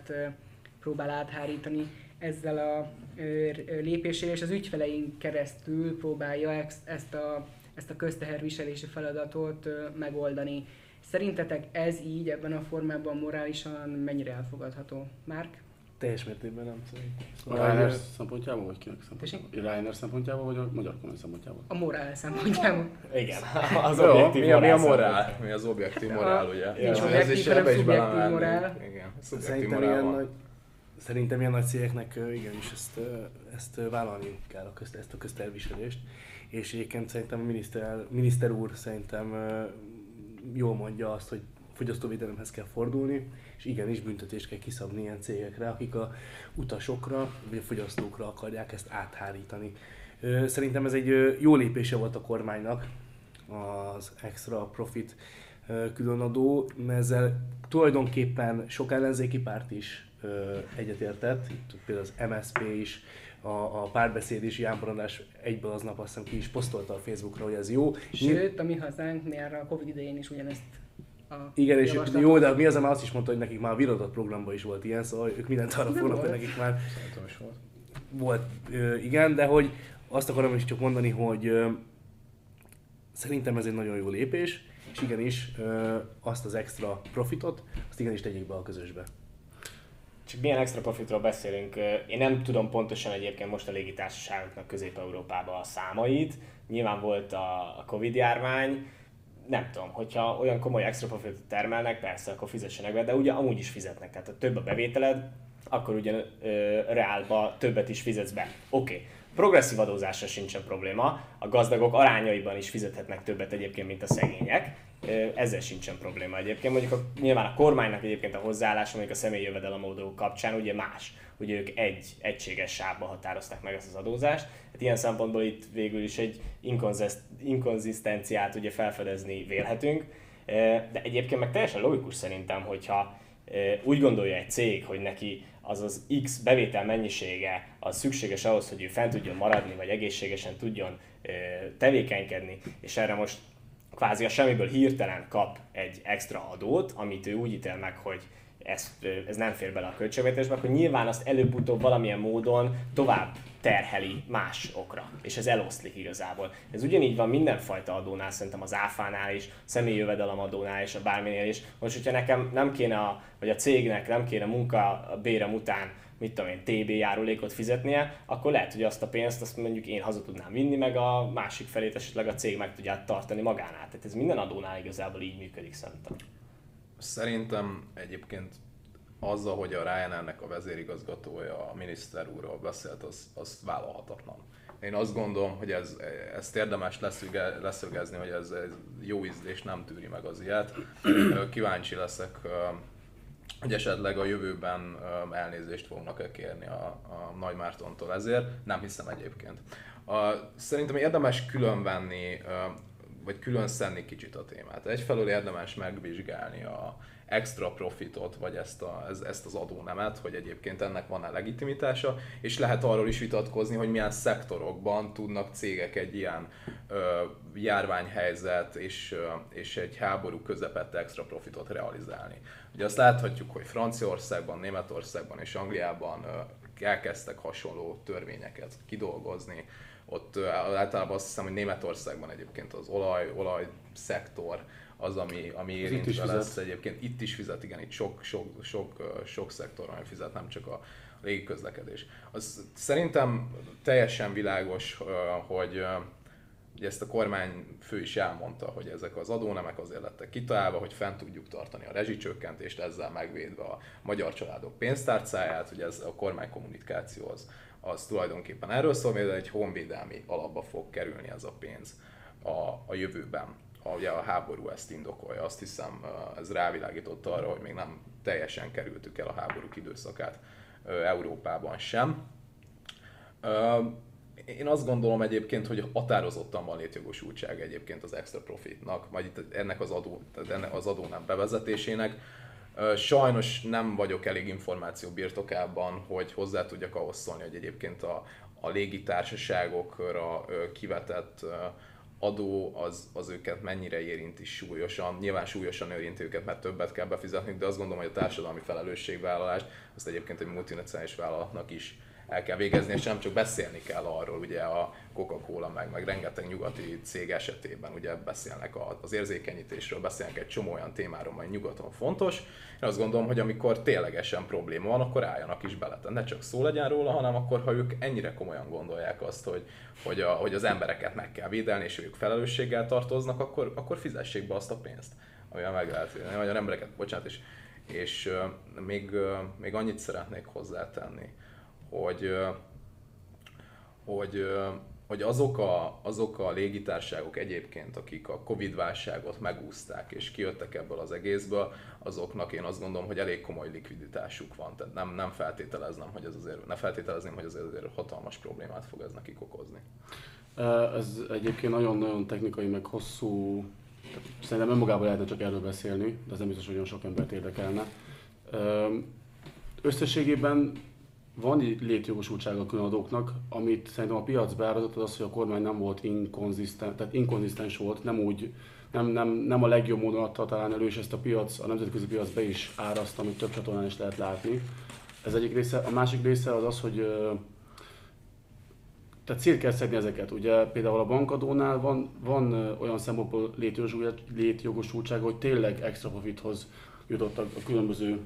A: próbál áthárítani ezzel a lépéssel, és az ügyfelein keresztül próbálja ezt a közteherviselési feladatot megoldani. Szerintetek ez így, ebben a formában morálisan mennyire elfogadható? Márk?
E: Teljes mértékben nem szerintem.
D: A Ryanair szempontjából, vagy kinek szempontjából? A Ryanair szempontjából, vagy a magyar kormány szempontjából?
A: A morál szempontjából.
B: Igen, az
C: Jó,
B: objektív
C: mi a
B: morál
C: morál? Mi az objektív morál, ugye?
A: Nincs
C: Ez
A: objektív,
C: is
A: hanem
C: ebbe is
A: szubjektív
C: belemennénk.
A: morál.
C: Igen, szubjektív morál van.
E: Szerintem ilyen nagy cégeknek igenis ezt vállalni kell ezt a közterviselést. És egyébként szerintem a miniszter úr szerintem jól mondja azt, hogy fogyasztóvédelemhez kell fordulni, és igenis büntetést kell kiszabni ilyen cégekre, akik a utasokra vagy a fogyasztókra akarják ezt áthárítani. Szerintem ez egy jó lépése volt a kormánynak, az extra profit különadó, mert ezzel tulajdonképpen sok ellenzéki párt is egyetértett, itt például az MSZP is, a Párbeszéd is, Jánbor András egyből aznap azt hiszem ki is posztolta a Facebookra, hogy ez jó.
A: Sőt, a Mi Hazánk már a Covid idején is ugyanezt
E: igen, és jó, de Mi az, már azt is mondta, hogy nekik már a Viradot programban is volt ilyen, szóval ők mindent arra fognak, hogy nekik már volt. Igen, de hogy azt akarom is csak mondani, hogy szerintem ez egy nagyon jó lépés, és igenis azt az extra profitot, azt igenis tegyék be a közösbe.
B: Csak milyen extra profitról beszélünk, én nem tudom pontosan egyébként most a légitársaságoknak Közép-Európában a számait, nyilván volt a Covid járvány, nem tudom, hogyha olyan komoly extra profitot termelnek, persze, akkor fizessenek be, de ugye amúgy is fizetnek, tehát ha több a bevételed, akkor ugyan reálba többet is fizetsz be. Oké. Progresszív adózásra sincsen probléma, a gazdagok arányaiban is fizethetnek többet egyébként, mint a szegények, ezzel sincsen probléma egyébként. Mondjuk nyilván a kormánynak egyébként a hozzáállása, mondjuk a személyi jövedelemadó kapcsán ugye más, ugye ők egy egységes sávba határozták meg ezt az adózást, hát ilyen szempontból itt végül is egy inkonzisztenciát ugye felfedezni vélhetünk, de egyébként meg teljesen logikus szerintem, hogyha úgy gondolja egy cég, hogy neki az X bevétel mennyisége az szükséges ahhoz, hogy ő fent tudjon maradni, vagy egészségesen tudjon tevékenykedni, és erre most kvázi a semmiből hirtelen kap egy extra adót, amit ő úgy ítél meg, hogy ez nem fér bele a költségvetésbe, akkor nyilván azt előbb-utóbb valamilyen módon tovább terheli másokra, és ez eloszlik igazából. Ez ugyanígy van mindenfajta adónál, szerintem az áfánál is, személyi jövedelemadónál is, a bárminél is. Most, hogyha nekem nem kéne, vagy a cégnek nem kéne munkabérem után, mit tudom én, TB járulékot fizetnie, akkor lehet, hogy azt a pénzt azt mondjuk én haza tudnám vinni, meg a másik felét esetleg a cég meg tudja tartani magánál. Tehát ez minden adónál igazából így működik szerintem.
C: Szerintem egyébként azzal, hogy a Ryanairnek a vezérigazgatója, a miniszter úrról beszélt, az vállalhatatlan. Én azt gondolom, hogy ezt érdemes leszögezni, hogy ez jó ízlés nem tűri meg az ilyet. Kíváncsi leszek, hogy esetleg a jövőben elnézést fognak-e kérni a Nagy Mártontól ezért. Nem hiszem egyébként. Szerintem érdemes különvenni, vagy külön szedni kicsit a témát. Egyfelől érdemes megvizsgálni a extra profitot, vagy ezt az adónemet, hogy egyébként ennek van-e legitimitása, és lehet arról is vitatkozni, hogy milyen szektorokban tudnak cégek egy ilyen járványhelyzet és egy háború közepette extra profitot realizálni. Ugye azt láthatjuk, hogy Franciaországban, Németországban és Angliában elkezdtek hasonló törvényeket kidolgozni. Ott általában azt hiszem, hogy Németországban egyébként az olajszektor az, ami érintve lesz egyébként. Itt is fizet, igen, itt sok szektor, ami fizet, nem csak a légiközlekedés. Az szerintem teljesen világos, hogy ugye ezt a kormányfő is elmondta, hogy ezek az adónemek azért lettek kitalálva, hogy fent tudjuk tartani a rezsicsökkentést, ezzel megvédve a magyar családok pénztárcáját, ugye ez a kormánykommunikáció az tulajdonképpen erről szól, hogy egy honvédelmi alapba fog kerülni ez a pénz a jövőben. Ugye a háború ezt indokolja, azt hiszem ez rávilágított arra, hogy még nem teljesen kerültük el a háborúk időszakát Európában sem. Én azt gondolom egyébként, hogy határozottan van létjogosultság egyébként az extra profitnak, vagy ennek az adónak bevezetésének. Sajnos nem vagyok elég információ birtokában, hogy hozzá tudjak ahhoz szólni, hogy egyébként a légitársaságokra kivetett adó az őket mennyire érinti súlyosan. Nyilván súlyosan érinti őket, mert többet kell befizetni, de azt gondolom, hogy a társadalmi felelősségvállalást azt egyébként egy multinacionális vállalatnak is el kell végezni, és nem csak beszélni kell arról, ugye a Coca-Cola meg rengeteg nyugati cég esetében ugye beszélnek az érzékenyítésről, beszélnek egy csomó olyan témáról, amely nyugaton fontos. Én azt gondolom, hogy amikor ténylegesen probléma van, akkor álljanak is bele. Ne csak szó legyen róla, hanem akkor, ha ők ennyire komolyan gondolják azt, hogy az embereket meg kell védelni, és ők felelősséggel tartoznak, akkor fizessék be azt a pénzt, amivel meg lehet védeni, vagy az embereket, bocsánat, és még annyit szeretnék hozzátenni, hogy azok a légitársaságok egyébként, akik a Covid-válságot megúszták és kijöttek ebből az egészből, azoknak én azt gondolom, hogy elég komoly likviditásuk van. Tehát nem feltételezném, hogy ez azért hatalmas problémát fog ez nekik okozni.
D: Ez egyébként nagyon-nagyon technikai, meg hosszú, szerintem önmagában lehetne csak erről beszélni, de ez nem biztos, hogy olyan sok embert érdekelne. Összességében van létjogosultsága a különadóknak, amit szerintem a piac beárazott, az, hogy a kormány nem volt inkonzisztens volt, nem a legjobb módon adta talán elő, és ezt a nemzetközi piac be is árazta, amit több csatornán is lehet látni. Ez egyik része. A másik része az, hogy tehát szét kell szedni ezeket. Ugye például a bankadónál van olyan szempontból létjogosultsága, hogy tényleg extra profithoz jutottak a különböző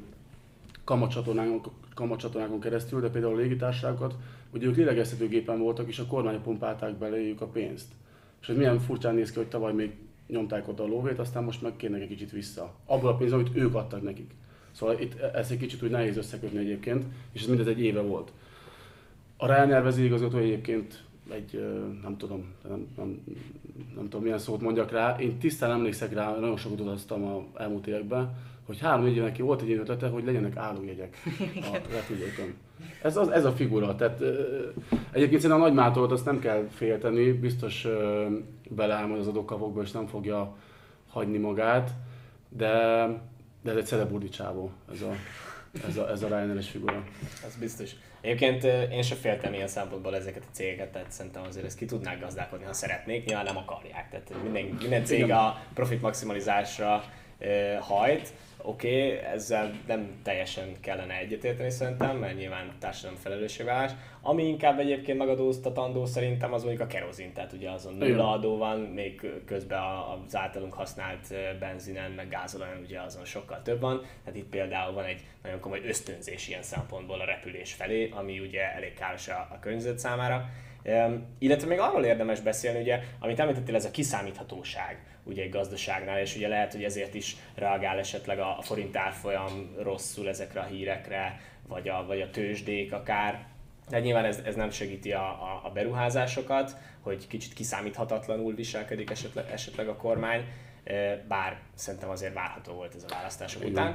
D: kamatcsatornákon keresztül, de például a légitársaságokat, ugye ők lélegeztetőgépen voltak, és a kormány pumpálták beléjük a pénzt. És ez milyen furcsán néz ki, hogy tavaly még nyomták oda a lóvét, aztán most meg kérnek egy kicsit vissza. Abból a pénzből, amit ők adtak nekik. Szóval itt ezt egy kicsit úgy nehéz összekötni egyébként, és ez mindez egy éve volt. A Ryanair vezérigazgató egyébként nem tudom milyen szót mondjak rá, én tisztán emlékszek rá, nagyon sokat utaztam az elmúlt években, hogy 3-4 éve neki volt egy ilyen ötlete, hogy legyenek állójegyek a repülőkön. Ez a figura, tehát egyébként szerintem a Nagy Mátort azt nem kell félteni, biztos beleáll az adókavokba és nem fogja hagyni magát, de ez egy celeburdi csávó, ez a Ryanair-es figura.
B: Ez biztos. Egyébként én sem féltem ilyen szempontból ezeket a cégeket, tehát szerintem azért ezt ki tudnák gazdálkodni, ha szeretnék, nyilván nem akarják. Tehát minden cég a profit maximalizásra hajt. Oké, ezzel nem teljesen kellene egyetérteni szerintem, mert nyilván a társadalmi felelősségvállalás. Ami inkább egyébként megadóztatandó szerintem az mondjuk a kerozin, tehát ugye azon nulla adó van, még közben az általunk használt benzinen, meg gázolajon ugye azon sokkal több van. Tehát itt például van egy nagyon komoly ösztönzés ilyen szempontból a repülés felé, ami ugye elég káros a környezet számára. Illetve még arról érdemes beszélni, ugye, amit említettél, ez a kiszámíthatóság ugye egy gazdaságnál, és ugye lehet, hogy ezért is reagál esetleg a forint árfolyam rosszul ezekre a hírekre, vagy a tőzsdék akár. De nyilván ez nem segíti a beruházásokat, hogy kicsit kiszámíthatatlanul viselkedik esetleg a kormány, bár szerintem azért várható volt ez a választások után.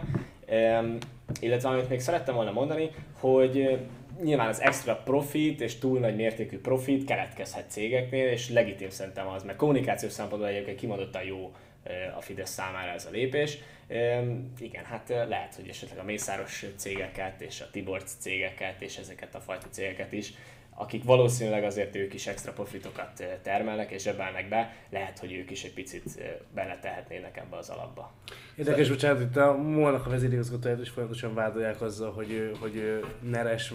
B: Illetve amit még szerettem volna mondani, hogy nyilván az extra profit és túl nagy mértékű profit keletkezhet cégeknél, és legitim szerintem az, mert kommunikációs szempontból egyébként kimondottan jó a Fidesz számára ez a lépés. Igen, hát lehet, hogy esetleg a Mészáros cégeket és a Tiborcs cégeket és ezeket a fajta cégeket is, akik valószínűleg azért ők is extra profitokat termelnek és zsebelnek be, lehet, hogy ők is egy picit beletehetnének ebbe az alapba.
E: Érdekes, bocsánat, itt a MOL-nak a vezérigazgatóját is folyamatosan vádolják azzal, hogy neres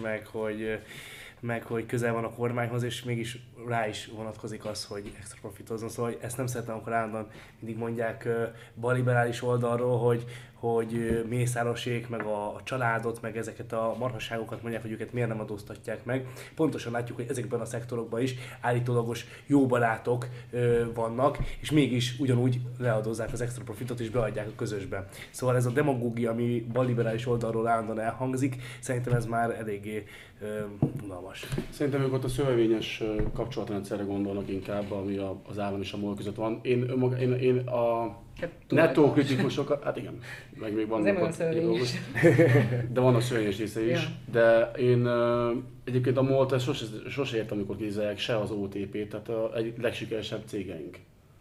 E: meg hogy közel van a kormányhoz, és mégis rá is vonatkozik az, hogy extra profitozzon. Szóval ezt nem szeretem, amikor állandóan mindig mondják balliberális oldalról, hogy Mészárosék, meg a családot, meg ezeket a marhaságokat mondják, hogy őket miért nem adóztatják meg. Pontosan látjuk, hogy ezekben a szektorokban is állítólagos jó barátok vannak, és mégis ugyanúgy leadózzák az extra profitot és beadják a közösbe. Szóval ez a demagógia, ami balliberális oldalról állandóan elhangzik, szerintem ez már eléggé unalmas.
D: Szerintem ők ott a szövevényes kapcsolatrendszerre gondolnak inkább, ami az állam és a MOL között van. Én a nettó kritikusokat, hát igen, meg még vannak ott dolgok, de van a szövevényes része is, de én egyébként a MOL-t sose értem, amikor kizárják se az OTP-t, tehát a egyik legsikeresebb cégeink.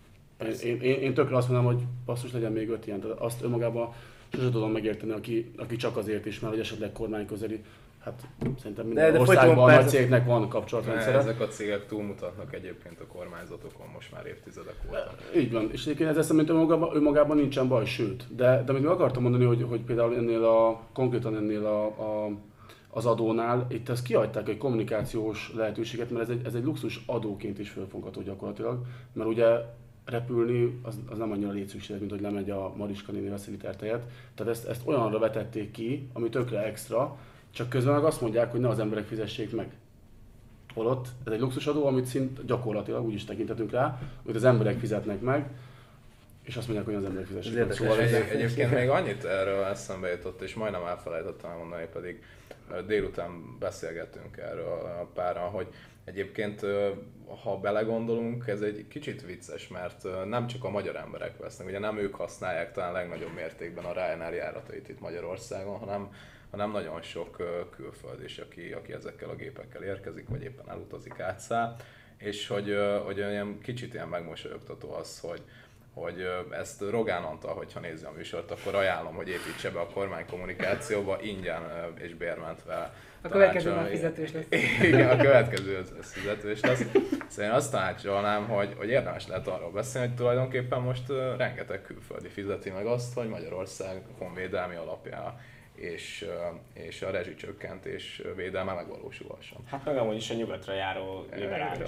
D: Én tökre azt mondom, hogy basszus legyen még 5 ilyen, tehát azt önmagában sose tudom megérteni, aki csak azért is, mert hogy esetleg kormányközeli. Hát szerintem minden
E: de
D: országban a
E: folyton
D: nagy cégnek van kapcsolatrendszere.
C: Ezek a cégek túlmutatnak egyébként a kormányzatokon most már évtizedek óta.
D: Így van, és egyébként ezzel szerintem önmagában nincsen baj, sőt. De amit meg akartam mondani, hogy például konkrétan ennél az adónál, itt ezt kihagyták egy kommunikációs lehetőséget, mert ez egy luxus adóként is fölfogható gyakorlatilag, mert ugye repülni az nem annyira létszükséges, mint hogy lemegy a Mariska néni veszi tejet. Tehát ezt olyanra vetették ki, ami tökre extra, csak közben meg azt mondják, hogy ne az emberek fizessék meg. Holott ez egy luxusadó, amit gyakorlatilag úgy is tekintetünk rá, hogy az emberek fizetnek meg, és azt mondják, hogy az emberek fizessék meg.
C: Szóval egyébként még annyit erről eszembe jutott, és majdnem elfelejtettem mondani, pedig délután beszélgettünk erről a páran, hogy egyébként, ha belegondolunk, ez egy kicsit vicces, mert nem csak a magyar emberek vesznek, ugye nem ők használják talán legnagyobb mértékben a Ryanair járatait itt Magyarországon, hanem nagyon sok külföld is, aki ezekkel a gépekkel érkezik, vagy éppen elutazik, átszáll, és hogy olyan kicsit ilyen megmosolyogtató az, hogy ezt Rogán Antal, hogyha nézi a műsort, akkor ajánlom, hogy építse be a kormánykommunikációba ingyen és bérmentve.
A: A következő már fizetős lesz.
C: Igen, a következő fizetős lesz. Szóval én azt tanácsolnám, hogy érdemes lehet arról beszélni, hogy tulajdonképpen most rengeteg külföldi fizeti meg azt, hogy Magyarország honvédelmi alapja és a rezsicsökkentés védelme megvalósulhasson.
B: Hát meg amúgy is a nyugatra járó liberális.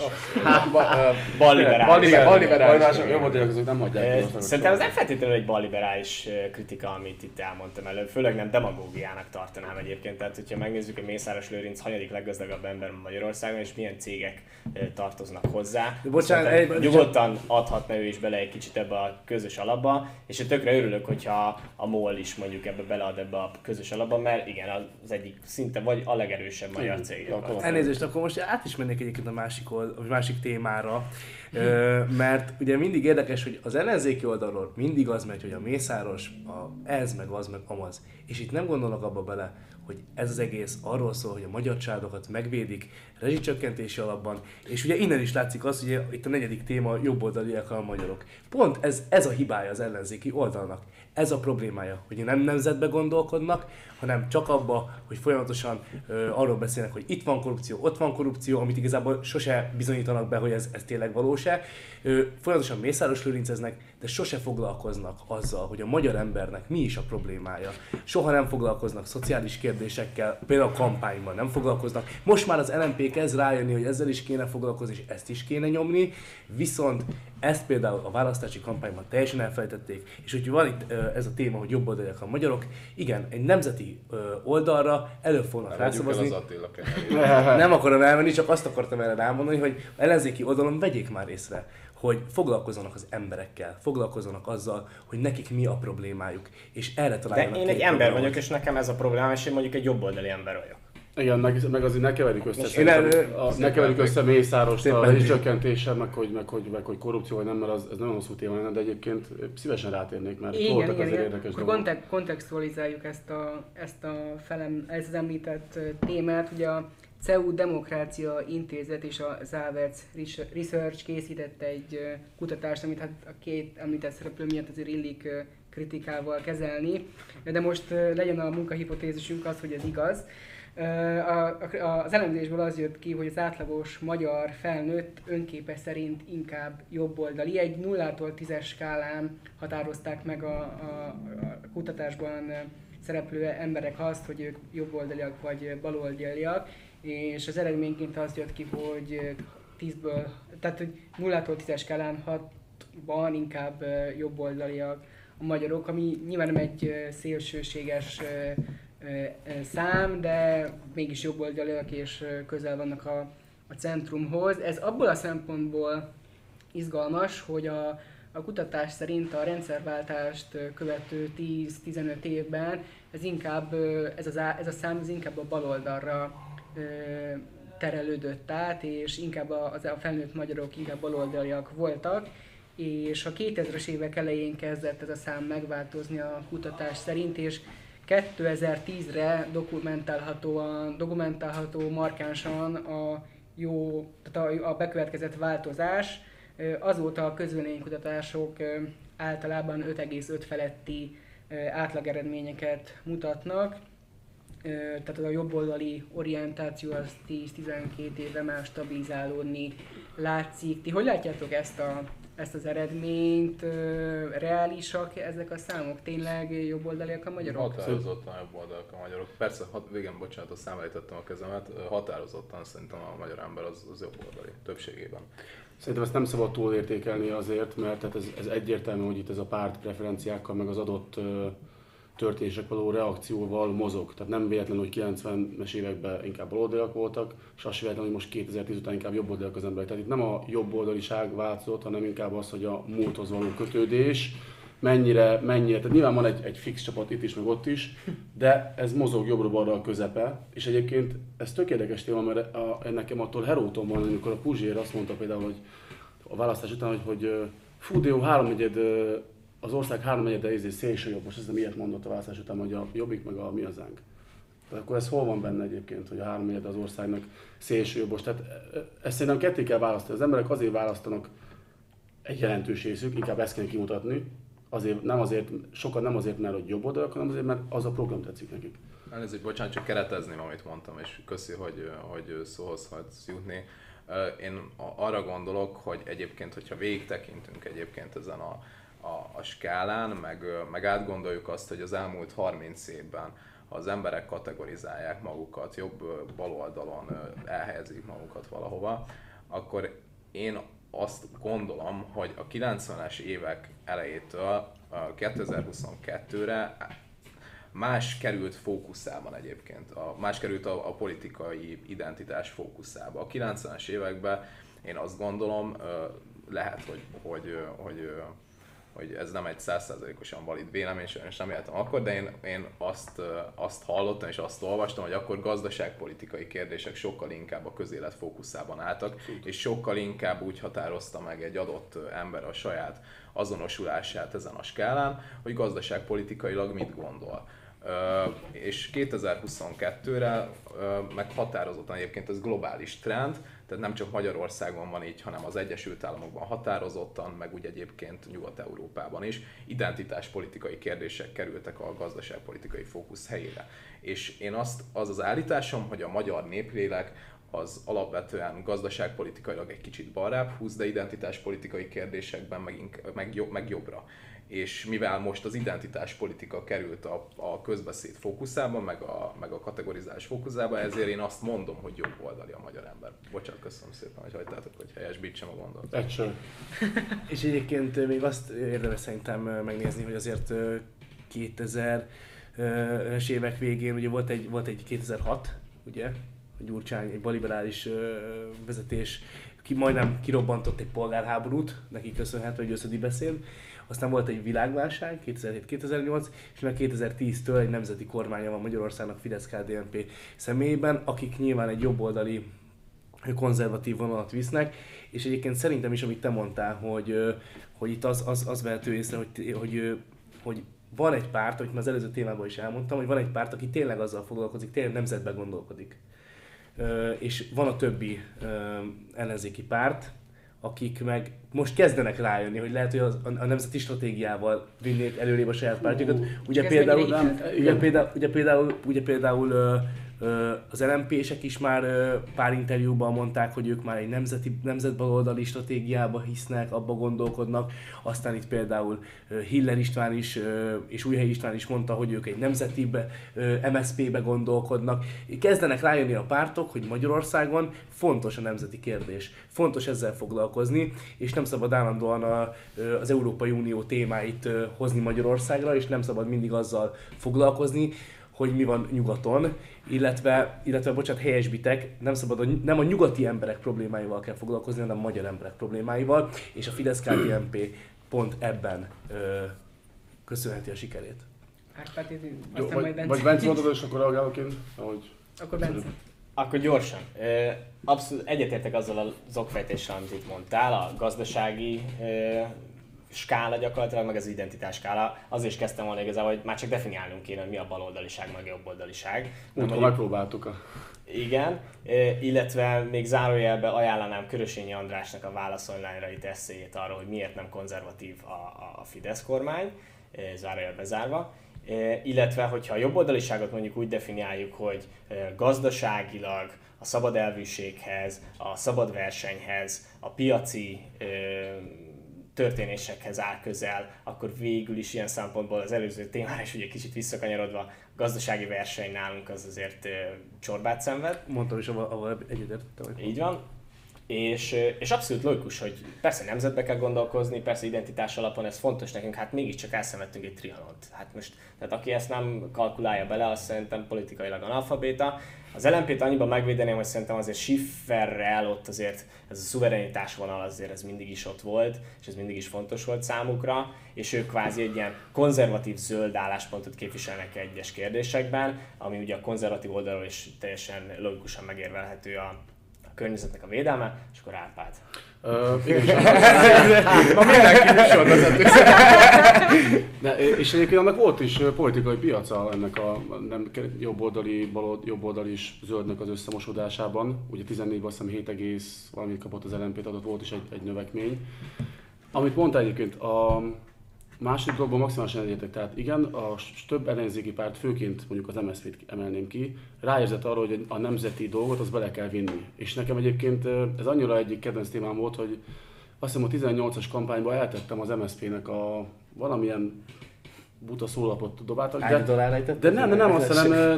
C: Balliberális.
D: Mások jobbodélyek azok nem hagyják.
B: Szerintem ez nem feltétlenül egy balliberális kritika, amit itt elmondtam előbb. Főleg nem demagógiának tartanám egyébként. Tehát, hogyha megnézzük, hogy Mészáros Lőrinc hanyadik leggazdagabb ember Magyarországon, és milyen cégek tartoznak hozzá. Nyugodtan adhatna ő is bele egy kicsit ebbe a közös alapba, és én tökre örülök, hogyha a MOL is mondjuk belead ebbe a közös alapban, mert igen, az egyik szinte vagy a legerősebb magyar cég.
E: Elnézést, akkor most át is mennék egyébként a másik témára, mert ugye mindig érdekes, hogy az ellenzéki oldalról mindig az megy, hogy a Mészáros, ez meg az meg amaz. És itt nem gondolnak abba bele, hogy ez az egész arról szól, hogy a magyar családokat megvédik rezsicsökkentési alapban, és ugye innen is látszik az, hogy itt a negyedik téma jobboldaliak a magyarok. Pont ez a hibája az ellenzéki oldalnak. Ez a problémája, hogy nem nemzetbe gondolkodnak, hanem csak abba, hogy folyamatosan arról beszélnek, hogy itt van korrupció, ott van korrupció, amit igazából sose bizonyítanak be, hogy ez tényleg valós-e. Folyamatosan Mészáros Lőrinceznek, de sose foglalkoznak azzal, hogy a magyar embernek mi is a problémája. Soha nem foglalkoznak szociális kérdésekkel, például a kampányban nem foglalkoznak. Most már az LMP kezd rájönni, hogy ezzel is kéne foglalkozni, és ezt is kéne nyomni, viszont ezt például a választási kampányban teljesen elfelejtették, és hogy van itt ez a téma, hogy jobboldaliak a magyarok, igen, egy nemzeti oldalra elő fognak rászavazni. Nem akarom elmenni, csak azt akartam erre rámondani, hogy ellenzéki oldalon vegyék már észre, hogy foglalkozzanak az emberekkel, foglalkozzanak azzal, hogy nekik mi a problémájuk, és erre találjanak.
B: De én egy ember vagyok, és nekem ez a problémám, és én mondjuk egy jobboldali ember vagyok.
D: Igen, meg azért ne keverjük össze, ne keverjük össze Mészárost a rezsicsökkentéssel, meg hogy korrupció vagy nem, mert ez nagyon hosszú téma lenne, de egyébként szívesen rátérnék, mert voltak azért érdekes dolgok.
A: Akkor kontextualizáljuk ezt az említett témát, ugye a CEU Demokrácia Intézet és a Záverc Research készítette egy kutatást, amit hát a két említett szereplő miatt azért illik kritikával kezelni, de most legyen a munkahipotézisünk az, hogy ez igaz. Az elemzésből az jött ki, hogy az átlagos magyar felnőtt önképe szerint inkább jobboldali. Egy 0-tól 10-es skálán határozták meg a kutatásban szereplő emberek azt, hogy ők jobboldaliak vagy baloldaliak, és az eredményként az jött ki, hogy 10-ből, tehát hogy 0-tól 10-es skálán 6-ban inkább jobboldaliak a magyarok, ami nyilván nem egy szélsőséges szám, de mégis jobboldaliak és közel vannak a centrumhoz. Ez abból a szempontból izgalmas, hogy a kutatás szerint a rendszerváltást követő 10-15 évben ez a szám inkább a baloldalra terelődött át, és inkább a felnőtt magyarok inkább baloldaliak voltak, és a 2000-es évek elején kezdett ez a szám megváltozni a kutatás szerint, és 2010-re dokumentálható markánsan a bekövetkezett változás. Azóta a közvéleménykutatások általában 5,5 feletti átlageredményeket mutatnak. tehát a jobboldali orientáció az 10-12 éve már stabilizálódni látszik. Ti hogy látjátok ezt az eredményt? Reálisak ezek a számok? Tényleg jobboldaliak a magyarok?
C: Határozottan jobboldaliak a magyarok. Persze, igen, bocsánat, azt számállítottam a kezemet, határozottan szerintem a magyar ember az jobboldali, többségében.
D: Szerintem ezt nem szabad túlértékelni azért, mert tehát ez egyértelmű, hogy itt ez a párt preferenciákkal, meg az adott történések való reakcióval mozog. Tehát nem véletlen, hogy 90-es években inkább baloldaliak voltak, és az sem véletlen, hogy most 2010 után inkább jobboldaliak az emberek. Tehát itt nem a jobboldaliság változott, hanem inkább az, hogy a múlthoz való kötődés mennyire, tehát nyilván van egy fix csapat itt is, meg ott is, de ez mozog jobbra-balra a közepe, és egyébként ez tök érdekes téma, mert nekem attól heróton van, amikor a Puzsér azt mondta például, hogy a választás után, hogy fú, de jó, az ország háromnegyede szélső jobb, most ez ilyet mondott a választás után, hogy a Jobbik meg a Mi Hazánk. Tehát akkor ez hol van benne egyébként, hogy a háromnegyede az országnak szélső jobbos? Tehát ezt szerintem ketté kell választani. Az emberek azért választanak egy jelentős részük, inkább ezt kell kimutatni, sokan nem azért, mert hogy jobb oldalak, hanem azért, mert az a program tetszik nekik.
C: Elnézést, bocsánat, csak keretezném, amit mondtam, és köszi, hogy szóhoz hagysz jutni. Én arra gondolok, hogy egyébként, hogyha végig tekintünk egyébként ezen a skálán, meg átgondoljuk azt, hogy az elmúlt 30 évben, ha az emberek kategorizálják magukat, jobb-bal oldalon elhelyezik magukat valahova, akkor én azt gondolom, hogy a 90-es évek elejétől 2022-re más került fókuszában egyébként, más került a politikai identitás fókuszába. A 90-es években én azt gondolom, lehet, hogy ez nem egy 100%-osan valid vélemény, sajnos nem éltem akkor, de én azt hallottam és azt olvastam, hogy akkor gazdaságpolitikai kérdések sokkal inkább a közélet fókuszában álltak, és sokkal inkább úgy határozta meg egy adott ember a saját azonosulását ezen a skálán, hogy gazdaságpolitikailag mit gondol. És 2022-re meg határozottan egyébként ez globális trend, tehát nem csak Magyarországon van így, hanem az Egyesült Államokban határozottan, meg úgy egyébként Nyugat-Európában is identitáspolitikai kérdések kerültek a gazdaságpolitikai fókusz helyére. És én az állításom, hogy a magyar néplélek az alapvetően gazdaságpolitikailag egy kicsit balrább húz, de identitáspolitikai kérdésekben meg jobbra. És mivel most az identitáspolitika került a közbeszéd fókuszába, meg a kategorizálás fókuszába, ezért én azt mondom, hogy jobb oldali a magyar ember. Bocsánat, köszönöm szépen, hogy hagytátok, hogy helyesbítsem a gondolatot.
E: És egyébként még azt érdemes szerintem megnézni, hogy azért 2000-es évek végén ugye volt egy 2006, ugye, a Gyurcsány, egy balliberális vezetés, majdnem kirobbantott egy polgárháborút, neki köszönhető, hogy összödi beszéd. Aztán volt egy világválság 2007-2008, és meg 2010-től egy nemzeti kormánya van Magyarországnak Fidesz-KDNP személyében, akik nyilván egy jobboldali konzervatív vonalat visznek, és egyébként szerintem is, amit te mondtál, hogy itt az vehető észre, hogy van egy párt, amit már az előző témában is elmondtam, hogy van egy párt, aki tényleg azzal foglalkozik, tényleg nemzetben gondolkodik. És van a többi ellenzéki párt, akik meg most kezdenek rájönni, hogy lehet, hogy a nemzeti stratégiával vinnék előrébb a saját pártjukat. Ugye például az LMP-sek is már pár interjúban mondták, hogy ők már egy nemzetbaloldali stratégiába hisznek, abba gondolkodnak. Aztán itt például Hiller István is és Újhelyi István is mondta, hogy ők egy nemzeti MSZP-be gondolkodnak. Kezdenek rájönni a pártok, hogy Magyarországon fontos a nemzeti kérdés. Fontos ezzel foglalkozni, és nem szabad állandóan az Európai Unió témáit hozni Magyarországra, és nem szabad mindig azzal foglalkozni, hogy mi van nyugaton, illetve bocsánat, helyesbitek, nem a nyugati emberek problémáival kell foglalkozni, hanem a magyar emberek problémáival, és a Fidesz-KDNP pont ebben köszönheti a sikerét.
D: Vagy Bence mondod, és akkor reagálok én?
A: Akkor Bence.
B: Akkor gyorsan. Abszolút egyetértek azzal az okfejtéssel, amit itt mondtál, a gazdasági skála gyakorlatilag, meg az identitás skála. Azért is kezdtem volna igazából, hogy már csak definiálnunk kéne, hogy mi a baloldaliság, meg a jobboldaliság.
D: Múltkor megpróbáltuk.
B: Igen, illetve még zárójelben ajánlanám Körösényi Andrásnak a Válasz Online-ra itt eszéjét arról, hogy miért nem konzervatív a Fidesz kormány, zárójelbe zárva. illetve hogyha a jobboldaliságot mondjuk úgy definiáljuk, hogy gazdaságilag a szabad elvűséghez, a szabad versenyhez, a piaci történésekhez áll közel, akkor végül is ilyen szempontból az előző témára is ugye kicsit visszakanyarodva, a gazdasági verseny nálunk az azért csorbát szenved.
E: Mondtam is, ahol egyetértettem.
B: Így van. És abszolút logikus, hogy persze nemzetbe kell gondolkozni, persze identitás alapon ez fontos nekünk, hát mégiscsak elszenvedtünk egy trianont. Hát most, tehát aki ezt nem kalkulálja bele, azt szerintem politikailag analfabéta. Az LMP-t annyiban megvédeném, hogy szerintem azért Schifferrel ott azért ez a szuverenitás vonal azért ez mindig is ott volt, és ez mindig is fontos volt számukra, és ők kvázi egy ilyen konzervatív zöld álláspontot képviselnek egyes kérdésekben, ami ugye a konzervatív oldalról is teljesen logikusan megérvelhető a környezetnek a védelme, és akkor Árpád.
C: Ma mindenki műsorvezető.
D: És egyébként annak volt is politikai piaca ennek a jobboldali és zöldnek az összemosódásában. Ugye 14-ben azt hiszem 7, valamit kapott az LMP-t, adott volt is egy növekmény. Amit mondta egyébként, a második dologban maximálisan egyetértek, tehát igen, a több ellenzéki párt, főként mondjuk az MSZP-t emelném ki, ráérzett arra, hogy a nemzeti dolgot azt bele kell vinni. És nekem egyébként ez annyira egyik kedvenc témám volt, hogy azt hiszem a 18-as kampányban eltettem az MSZP-nek a valamilyen buta szólapot dobáltak, de nem, azt hiszem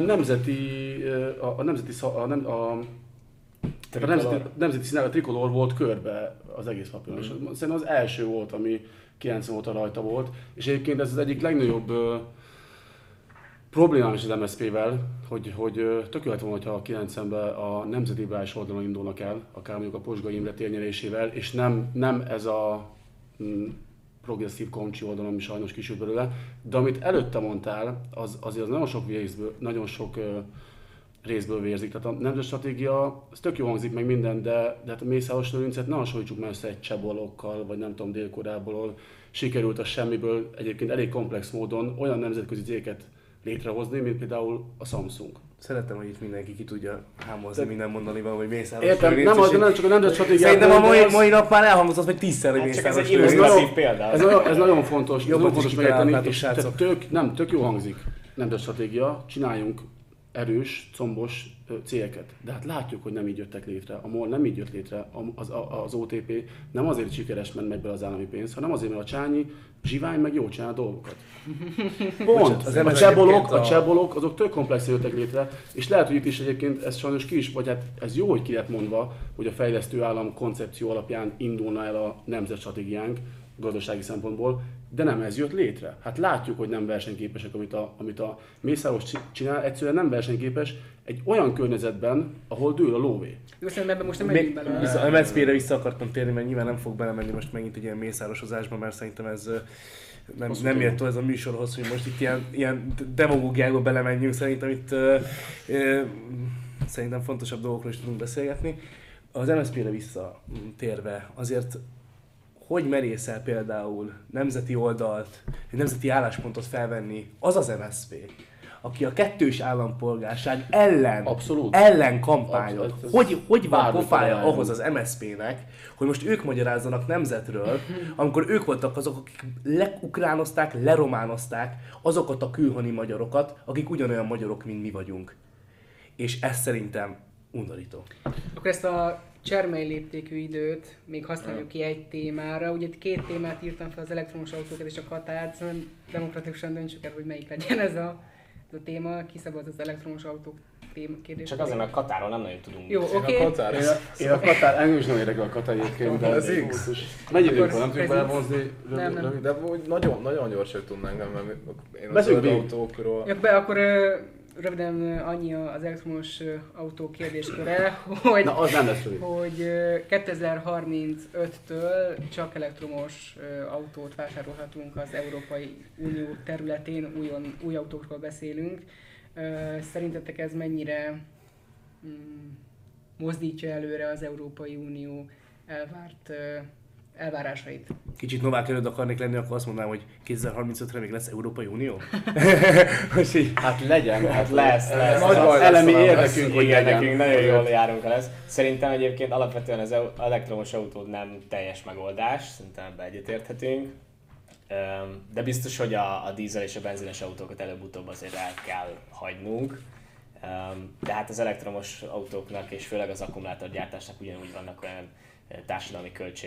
D: nemzeti színál a trikolor volt körbe az egész papíron. És szerintem az első volt, ami 90 óta rajta volt, és egyébként ez az egyik legnagyobb problémám is az MSZP-vel, hogy tökélet volna, hogyha a 90-ben a nemzeti liberális oldalon indulnak el, akár mondjuk a Pozsgai Imre térnyerésével, és nem ez a progresszív komcsi oldalon, ami sajnos kisült belőle, de amit előtte mondtál, azért az nagyon sok részből vérzik. Tehát a nemzeti stratégia, ez tök jó hangzik meg minden, de hát a Mészáros Lőrincet ne hasonlítsuk már össze egy Csebolokkal, vagy nem tudom, Dél-Koreából sikerült a semmiből egyébként elég komplex módon olyan nemzetközi cégeket létrehozni, mint például a Samsung.
E: Szeretem, hogy itt mindenki ki tudja hámozni minden mondani van, hogy Mészáros
D: Értem, nem csak a nemzeti stratégia.
E: Szerintem a mai nap már elhangzott, hogy 10-szer, hogy Mészáros
B: Lőrinc.
D: Ez nagyon fontos, megérteni, és tök jó hangzik. Nemzeti stratégia, csináljunk erős, combos cégeket. De hát látjuk, hogy nem így jöttek létre. A MOL nem így jött létre, az OTP nem azért sikeres, mert megy be az állami pénz, hanem azért, mert a Csányi zsivány meg jól csinál dolgokat. Pont! A csebolok azok tök komplexen jöttek létre, és lehet, hogy itt is egyébként ez sajnos ki is, vagy hát ez jó, hogy ki lett mondva, hogy a fejlesztő állam koncepció alapján indulna el a nemzetstratégiánk gazdasági szempontból, de nem ez jött létre. Hát látjuk, hogy nem versenyképesek, amit a Mészáros csinál, egyszerűen nem versenyképes egy olyan környezetben, ahol dől a lóvé.
A: Köszönöm, ebben most nem megyünk bele.
E: A MSZP-re vissza akartam térni, mert nyilván nem fog belemenni most megint egy ilyen mészárosozásba, mert szerintem ez nem méltó ez a műsorhoz, hogy most itt ilyen demagógiákba belemenjünk, szerintem itt szerintem fontosabb dolgokról is tudunk beszélgetni. Az MSZP-re visszatérve azért hogy merészel például nemzeti oldalt, nemzeti álláspontot felvenni az az MSZP, aki a kettős állampolgárság ellen kampányol. Hogy van pofája ahhoz az MSZP-nek, hogy most ők magyarázzanak nemzetről, amikor ők voltak azok, akik leukránozták, lerománozták azokat a külhoni magyarokat, akik ugyanolyan magyarok, mint mi vagyunk. És ez szerintem undorító.
A: Akkor ezt a csermely léptékű időt még használjuk ki egy témára. Ugye itt 2 témát írtam fel, az elektromos autókat és a Katárt, szóval demokratikusan döntsük el, hogy melyik legyen ez a téma. Kiszabad az elektromos autók kérdés.
B: Csak azért, mert Katáról nem nagyon tudunk.
A: Jó, oké.
D: Én a Katár, engem is nem érdekel a Katár egyébként, de
C: ez X.
D: Mennyi időnk van, nem tudjuk belevonzni?
A: Nem.
C: De nagyon gyorsan tudnánk, mert én
D: az
C: zöld autókról...
A: Akkor röviden annyi az elektromos autó kérdésköre, hogy,
D: na, az nem lesz
A: hogy 2035-től csak elektromos autót vásárolhatunk az Európai Unió területén, új autókról beszélünk. Szerintetek ez mennyire mozdítja előre az Európai Unió elvárásait?
E: Kicsit Novák előtt akarnék lenni, akkor azt mondanám, hogy 2035-re még lesz Európai Unió?
D: Hát legyen,
B: hát lesz.
D: Elemi érdekünk, hogy
B: igen,
D: legyen.
B: nekünk nagyon jól járunk el ez. Szerintem egyébként alapvetően az elektromos autó nem teljes megoldás, szerintem ebben egyetérthetünk. De biztos, hogy a dízel és a benzines autókat előbb-utóbb azért el kell hagynunk. De hát az elektromos autóknak és főleg az akkumulátorgyártásnak ugyanúgy vannak olyan társadalmi költségek,